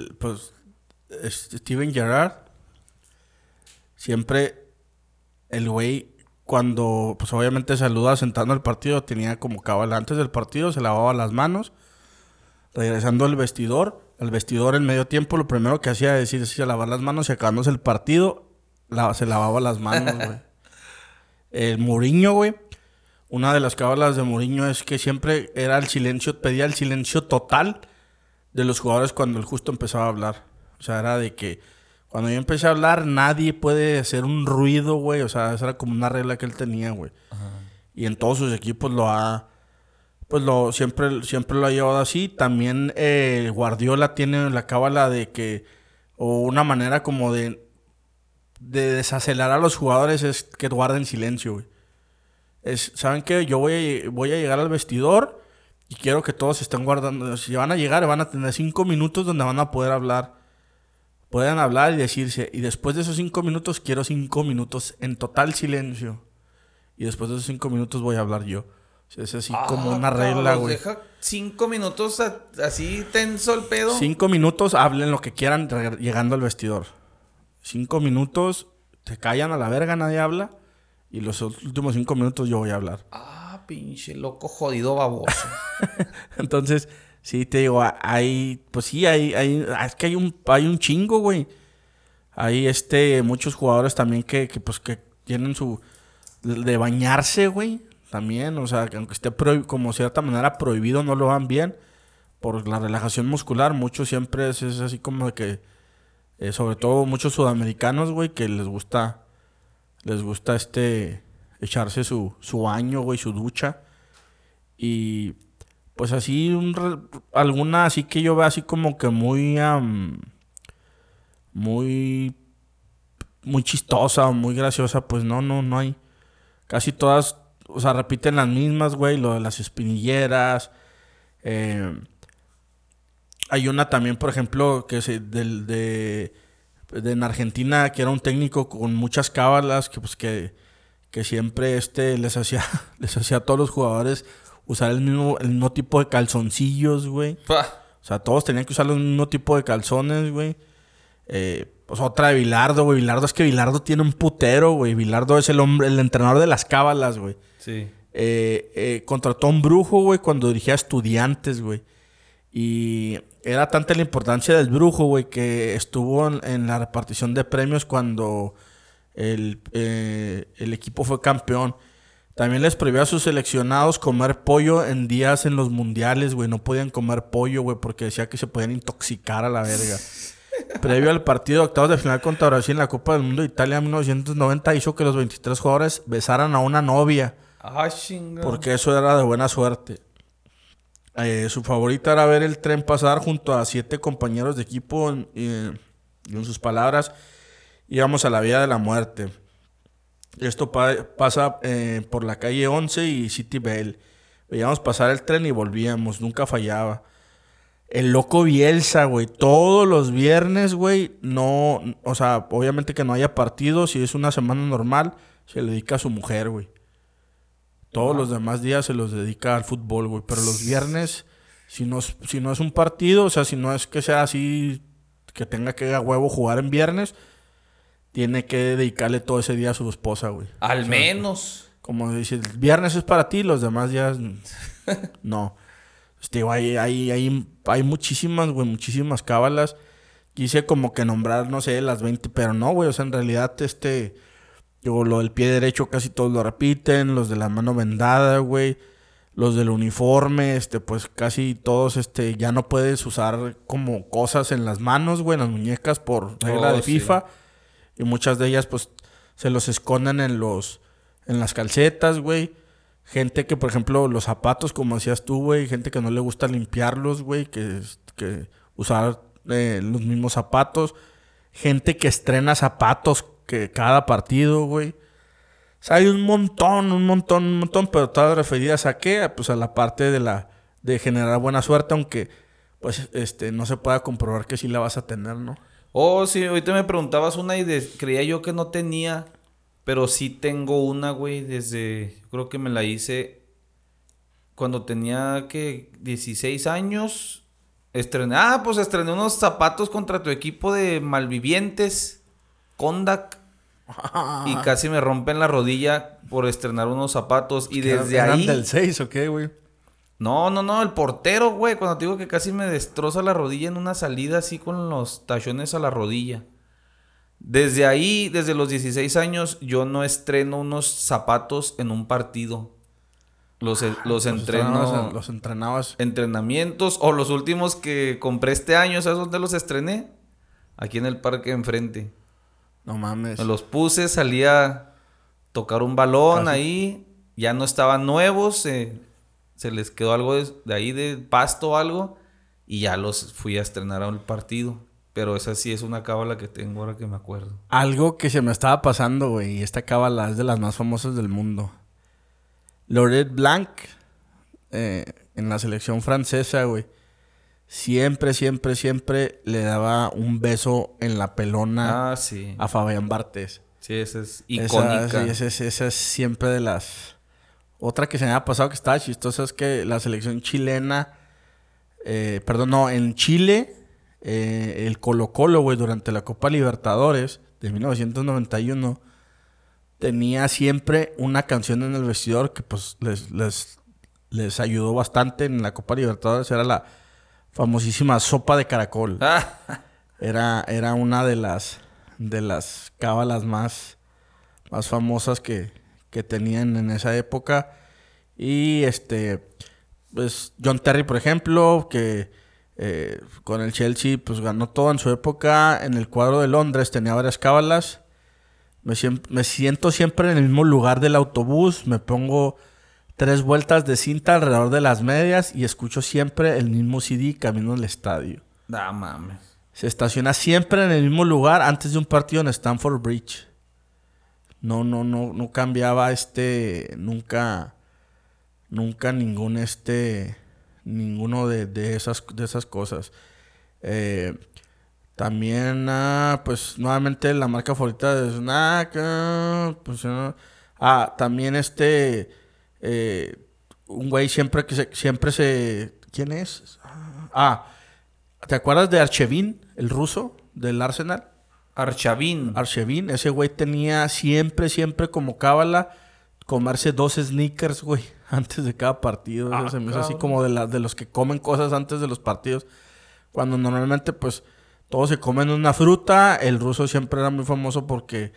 Steven Gerrard, siempre el güey, cuando pues obviamente saluda sentando el partido, tenía como cabal antes del partido, se lavaba las manos, regresando al vestidor en medio tiempo, lo primero que hacía es irse a lavar las manos y acabándose el partido, se lavaba las manos, güey. El Mourinho, güey, una de las cábalas de Mourinho es que siempre era el silencio, pedía el silencio total de los jugadores cuando él justo empezaba a hablar. O sea, era de que cuando yo empecé a hablar, nadie puede hacer un ruido, güey. O sea, esa era como una regla que él tenía, güey. Y en todos sus equipos siempre lo ha llevado así. También Guardiola tiene la cábala de que, o una manera como de desacelerar a los jugadores es que guarden silencio, güey. ¿Saben qué? Yo voy a llegar al vestidor y quiero que todos estén guardando. Si van a llegar, van a tener 5 minutos donde van a poder hablar. Pueden hablar y decirse. Y después de esos 5 minutos, quiero 5 minutos en total silencio. Y después de esos 5 minutos voy a hablar yo. Es así como una regla, güey. Deja 5 minutos así tenso el pedo. 5 minutos, hablen lo que quieran llegando al vestidor. 5 minutos, te callan a la verga, nadie habla. Y los últimos 5 minutos yo voy a hablar. Pinche loco jodido baboso. Entonces, sí, te digo, es que hay un chingo, güey. Hay muchos jugadores también que tienen de bañarse, güey. También, o sea, que aunque esté como cierta manera prohibido, no lo van bien. Por la relajación muscular, muchos siempre es así como de que... sobre todo muchos sudamericanos, güey, que les gusta echarse su baño, güey, su ducha. Y pues así, alguna así que yo veo así como que muy chistosa o muy graciosa, pues no hay. Casi todas, o sea, repiten las mismas, güey, lo de las espinilleras. Hay una también, por ejemplo, que es en Argentina, que era un técnico con muchas cábalas, que siempre les hacía a todos los jugadores usar el mismo tipo de calzoncillos, güey. O sea, todos tenían que usar el mismo tipo de calzones, güey. Pues otra de Bilardo, güey. Bilardo tiene un putero, güey. Bilardo es el entrenador de las cábalas, güey. Sí. Contrató a un brujo, güey, cuando dirigía a Estudiantes, güey. Y era tanta la importancia del brujo, güey, que estuvo en la repartición de premios cuando el equipo fue campeón. También les prohibió a sus seleccionados comer pollo en días en los mundiales, güey. No podían comer pollo, güey, porque decía que se podían intoxicar a la verga. Previo al partido de octavos de final contra Brasil en la Copa del Mundo de Italia en 1990, hizo que los 23 jugadores besaran a una novia. Ah, chinga. Porque eso era de buena suerte. Su favorita era ver el tren pasar junto a 7 compañeros de equipo. Y en sus palabras, íbamos a la vida de la muerte. Esto pasa por la calle 11 y City Bell. Veíamos pasar el tren y volvíamos. Nunca fallaba. El loco Bielsa, güey. Todos los viernes, güey. No, o sea, obviamente que no haya partido. Si es una semana normal, se le dedica a su mujer, güey. Todos los demás días se los dedica al fútbol, güey. Pero los viernes, si no es un partido, o sea, si no es que sea así, que tenga que a huevo jugar en viernes, tiene que dedicarle todo ese día a su esposa, güey. Al menos. Como dice, el viernes es para ti, los demás días no. Hay muchísimas, güey, muchísimas cábalas. Quise como que nombrar, no sé, las 20, pero no, güey. O sea, en realidad, lo del pie derecho casi todos lo repiten. Los de la mano vendada, güey. Los del uniforme, pues casi todos, ya no puedes usar como cosas en las manos, güey, en las muñecas por regla de FIFA. Sí. Y muchas de ellas, pues, se los esconden en las calcetas, güey. Gente que, por ejemplo, los zapatos, como decías tú, güey. Gente que no le gusta limpiarlos, güey. Que usar los mismos zapatos. Gente que estrena zapatos que cada partido, güey. O sea, hay un montón. Pero todas referidas a qué? Pues a la parte de generar buena suerte. Aunque, pues, no se pueda comprobar que sí la vas a tener, ¿no? Oh, sí. Ahorita me preguntabas una y creía yo que no tenía... Pero sí tengo una, güey, creo que me la hice cuando tenía, 16 años. Estrené unos zapatos contra tu equipo de malvivientes, Kondak. Y casi me rompen la rodilla por estrenar unos zapatos. Y desde ahí... ¿Eran del 6 o qué, güey? No, el portero, güey. Cuando te digo que casi me destroza la rodilla en una salida así con los tachones a la rodilla. Desde ahí, desde los 16 años, yo no estreno unos zapatos en un partido. Los entreno... Los entrenabas. Entrenamientos. O los últimos que compré este año, ¿sabes dónde los estrené? Aquí en el parque enfrente. No mames. Me los puse, salía a tocar un balón ahí. Ya no estaban nuevos. Se les quedó algo de ahí de pasto o algo. Y ya los fui a estrenar a un partido. Pero esa sí es una cábala que tengo ahora que me acuerdo. Algo que se me estaba pasando, güey. Y esta cábala es de las más famosas del mundo. Laurent Blanc, en la selección francesa, güey. Siempre le daba un beso en la pelona a Fabián Barthez. Sí, esa es icónica. Esa es siempre de las... Otra que se me ha pasado que estaba chistosa es que la selección chilena... en Chile... el Colo-Colo, güey, durante la Copa Libertadores de 1991 tenía siempre una canción en el vestidor que pues les ayudó bastante en la Copa Libertadores. Era la famosísima sopa de caracol. Era una de las cábalas más famosas que tenían en esa época. Y pues John Terry, por ejemplo, que con el Chelsea pues ganó todo en su época. En el cuadro de Londres tenía varias cábalas. Me siento siempre en el mismo lugar del autobús. Me pongo 3 vueltas de cinta alrededor de las medias y escucho siempre el mismo CD camino al estadio. No mames. Se estaciona siempre en el mismo lugar antes de un partido en Stamford Bridge. No cambiaba nunca ninguno de esas cosas. También, pues, nuevamente la marca favorita de Snack. También un güey siempre se... ¿Quién es? ¿Te acuerdas de Archevin, el ruso del Arsenal? Arshavin, ese güey tenía siempre como cábala comerse 2 sneakers, güey, antes de cada partido. Eso se me hizo así como de los que comen cosas antes de los partidos. Cuando normalmente, pues, todos se comen una fruta. El ruso siempre era muy famoso porque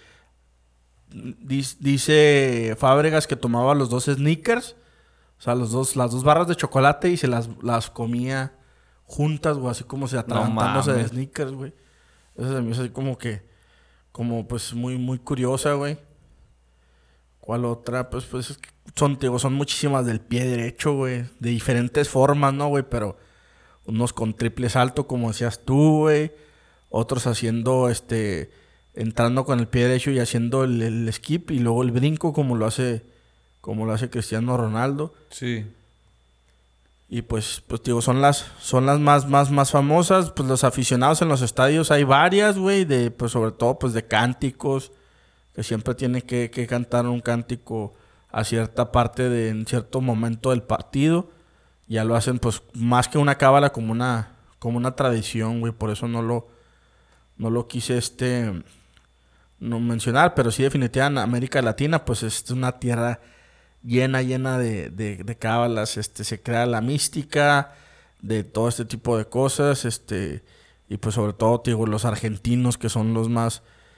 dice Fábregas que tomaba los 2 sneakers, o sea, las 2 barras de chocolate y se las comía juntas, güey, así como se atragantándose de sneakers, güey. Eso se me hizo así como pues muy curiosa, güey. ¿Cuál otra? Pues es que son muchísimas del pie derecho, güey. De diferentes formas, ¿no, güey? Pero unos con triple salto, como decías tú, güey. Otros haciendo, entrando con el pie derecho y haciendo el skip. Y luego el brinco, como lo hace Cristiano Ronaldo. Sí. Y pues digo, son las más famosas. Pues los aficionados en los estadios hay varias, güey. Pues sobre todo, pues de cánticos. Que siempre tiene que cantar un cántico a cierta parte en cierto momento del partido. Ya lo hacen, pues, más que una cábala, como una tradición, güey. Por eso no lo quise, no mencionar. Pero sí, definitivamente, América Latina, pues, es una tierra llena de cábalas. Se crea la mística de todo este tipo de cosas. Y, pues, sobre todo, digo, los argentinos, que son los más...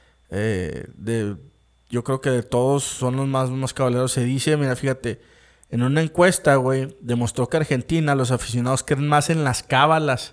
yo creo que de todos son los más cabaleros. Se dice, mira, fíjate, en una encuesta, güey, demostró que Argentina, los aficionados creen más en las cábalas.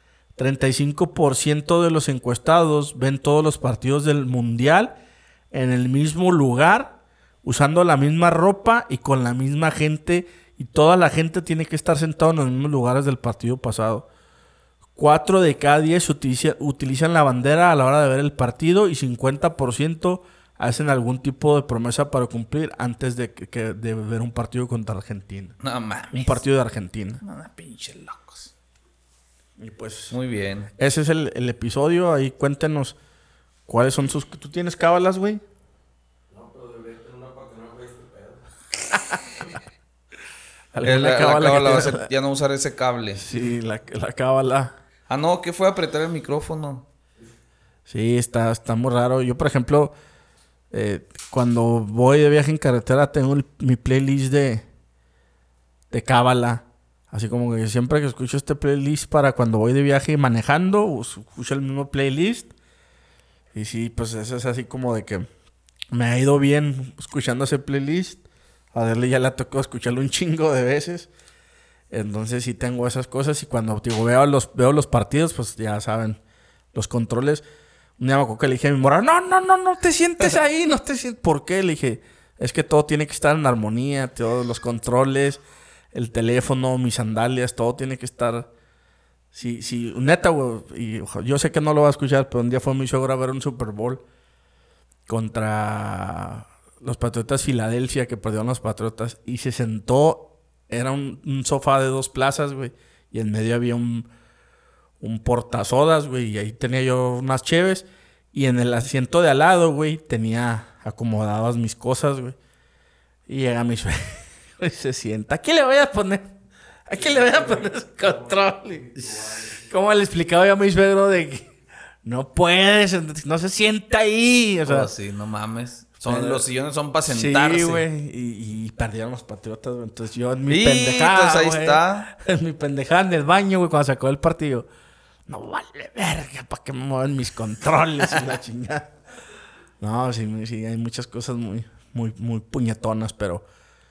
35% de los encuestados ven todos los partidos del mundial en el mismo lugar, usando la misma ropa y con la misma gente, y toda la gente tiene que estar sentada en los mismos lugares del partido pasado. 4 de cada 10 utilizan la bandera a la hora de ver el partido y 50% hacen algún tipo de promesa para cumplir antes de ver un partido contra Argentina. No mames. Un partido de Argentina. No, pinches locos. Y pues... Muy bien. Ese es el episodio. Ahí cuéntenos cuáles son sus... ¿Tú tienes cábalas, güey? No, pero debería tener una para que no me este pedo. La cábala va a ser, ya no usar ese cable. Sí, la cábala. Ah, no, ¿qué fue apretar el micrófono? Sí, está muy raro. Yo, por ejemplo, cuando voy de viaje en carretera, tengo mi playlist de cábala. Así como que siempre que escucho este playlist para cuando voy de viaje manejando, escucho el mismo playlist. Y sí, pues eso es así como de que me ha ido bien escuchando ese playlist. A Derle ya le ha tocado escucharlo un chingo de veces. Entonces sí tengo esas cosas. Y cuando digo, veo los partidos, pues ya saben, los controles. Un día me acuerdo que le dije a mi morra, no te sientes ahí, no te sientes. ¿Por qué? Le dije, es que todo tiene que estar en armonía, todos los controles, el teléfono, mis sandalias, todo tiene que estar... Sí, neta, güey, y yo sé que no lo va a escuchar, pero un día fue mi suegro a ver un Super Bowl contra los Patriotas Filadelfia, que perdieron los Patriotas, y se sentó... Era un sofá de 2 plazas, güey. Y en medio había un portasodas, güey. Y ahí tenía yo unas cheves. Y en el asiento de al lado, güey, tenía acomodadas mis cosas, güey. Y llega mi suegro y se sienta. Aquí le voy a poner su control. Y, ¿cómo le explicaba yo a mi suegro de que no puedes, no se sienta ahí? O sea, sí, no mames. Los sillones son para sentarse. Sí, güey. Y perdieron los Patriotas, güey. Entonces yo en mi pendejada, entonces ahí güey, está. En mi pendejada en el baño, güey, cuando se acabó el partido. No vale verga, ¿para qué me mueven mis controles y la chingada? No, sí, hay muchas cosas muy puñetonas, pero...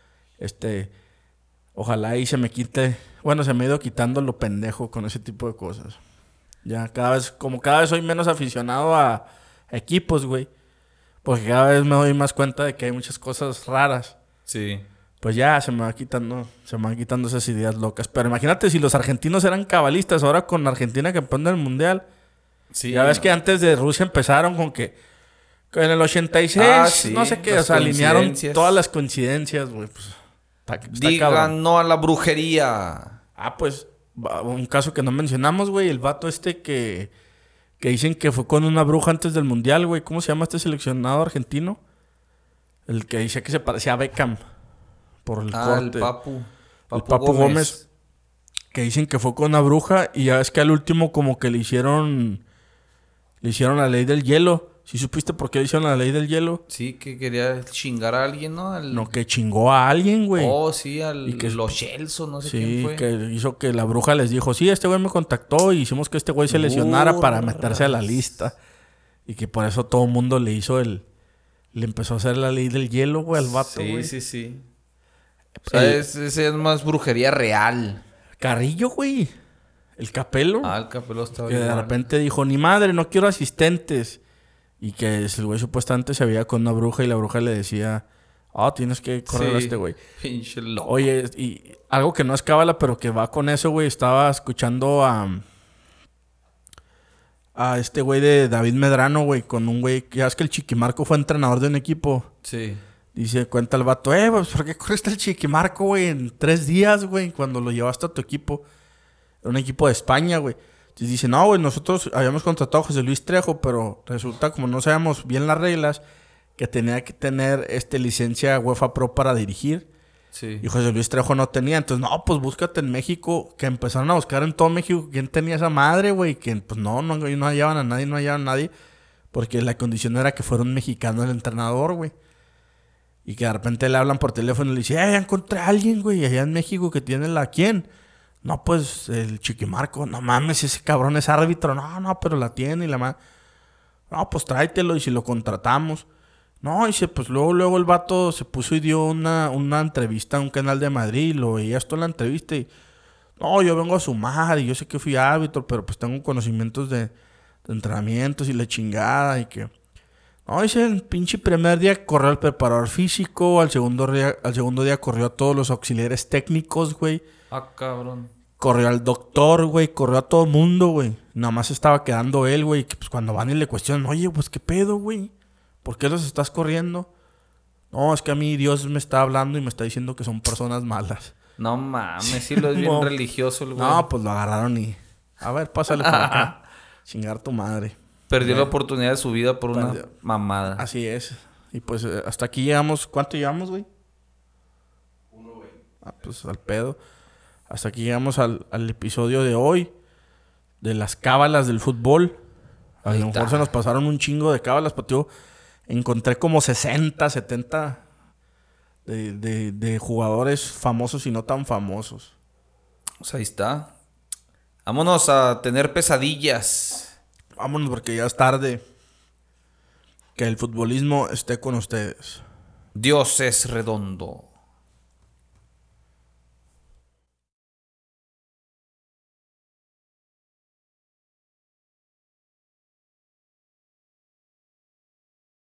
Ojalá y se me quite... Bueno, se me ha ido quitando lo pendejo con ese tipo de cosas. Ya cada vez soy menos aficionado a equipos, güey. Porque cada vez me doy más cuenta de que hay muchas cosas raras. Sí. Pues ya se me van quitando esas ideas locas. Pero imagínate si los argentinos eran cabalistas, ahora con Argentina campeón del mundial. Sí. Ya ves que antes de Rusia empezaron con que en el 86, sí, no sé qué, o sea, alinearon todas las coincidencias, güey. Pues, digan cabrón. No a la brujería. Pues, un caso que no mencionamos, güey, el vato que dicen que fue con una bruja antes del mundial, güey. ¿Cómo se llama este seleccionado argentino? El que dice que se parecía a Beckham. Por el corte. El Papu Gómez. Que dicen que fue con una bruja. Y ya ves que al último como que le hicieron... Le hicieron la ley del hielo. ¿Sí supiste por qué le hicieron la ley del hielo? Sí, que quería chingar a alguien, ¿no? No, que chingó a alguien, güey. Oh, sí, al Y que- Los Shells o no sé Sí, quién fue. que hizo que la bruja les dijo, sí, este güey me contactó y hicimos que este güey se lesionara para Burras. meterse a la lista. Y que por eso todo el mundo le hizo le empezó a hacer la ley del hielo, güey, al vato, Sí, güey. sí, sí. O sea, ese es más brujería real. Carrillo, güey. El Capelo. Ah, el Capelo estaba Que de igual. repente dijo, ni madre, no quiero asistentes. Y que el güey supuestamente se veía con una bruja y la bruja le decía, tienes que correr a Sí. este güey. Pinche loco. Oye, y algo que no es cábala, pero que va con eso, güey. Estaba escuchando a este güey de David Medrano, güey, con un güey, que ya es que el Chiquimarco fue entrenador de un equipo. Sí. Dice, cuenta el vato, pues, ¿por qué corriste el Chiquimarco, güey, en 3 días, güey, cuando lo llevaste a tu equipo? Era un equipo de España, güey. Entonces dice, no, güey, nosotros habíamos contratado a José Luis Trejo, pero resulta, como no sabíamos bien las reglas, que tenía que tener licencia UEFA Pro para dirigir. Sí. Y José Luis Trejo no tenía. Entonces, no, pues búscate en México. Que empezaron a buscar en todo México quién tenía esa madre, güey. Que pues no hallaban a nadie. Porque la condición era que fuera un mexicano el entrenador, güey. Y que de repente le hablan por teléfono y le dicen, ya encontré a alguien, güey, allá en México que tiene ¿quién? No, pues el Chiquimarco. No mames, ese cabrón es árbitro. No, pero la tiene y la madre. No, pues tráetelo y si lo contratamos. No, dice, pues luego el vato se puso y dio una entrevista a un canal de Madrid. Y lo veías toda la entrevista y... No, yo vengo a sumar y yo sé que fui árbitro, pero pues tengo conocimientos de entrenamientos y la chingada y que... No, dice, el pinche primer día corrió al preparador físico, al segundo día corrió a todos los auxiliares técnicos, güey. Ah, cabrón. Corrió al doctor, güey, corrió a todo el mundo, güey. Nada más estaba quedando él, güey, que pues cuando van y le cuestionan, oye, pues qué pedo, güey. ¿Por qué los estás corriendo? No, es que a mí Dios me está hablando y me está diciendo que son personas malas. No mames, sí lo es bien No. religioso el güey. No, pues lo agarraron y... A ver, pásale para acá. Chingar tu madre. Perdió la oportunidad de su vida por una Perdió. mamada. Así es. Y pues hasta aquí llegamos. ¿Cuánto llevamos, güey? 1:20. Pues al pedo. Hasta aquí llegamos al episodio de hoy. De las cábalas del fútbol. A Ahí lo mejor está. se nos pasaron un chingo de cábalas, pero tío, encontré como 60, 70 de jugadores famosos y no tan famosos. Pues ahí está. Vámonos a tener pesadillas. Vámonos porque ya es tarde. Que el futbolismo esté con ustedes. Dios es redondo.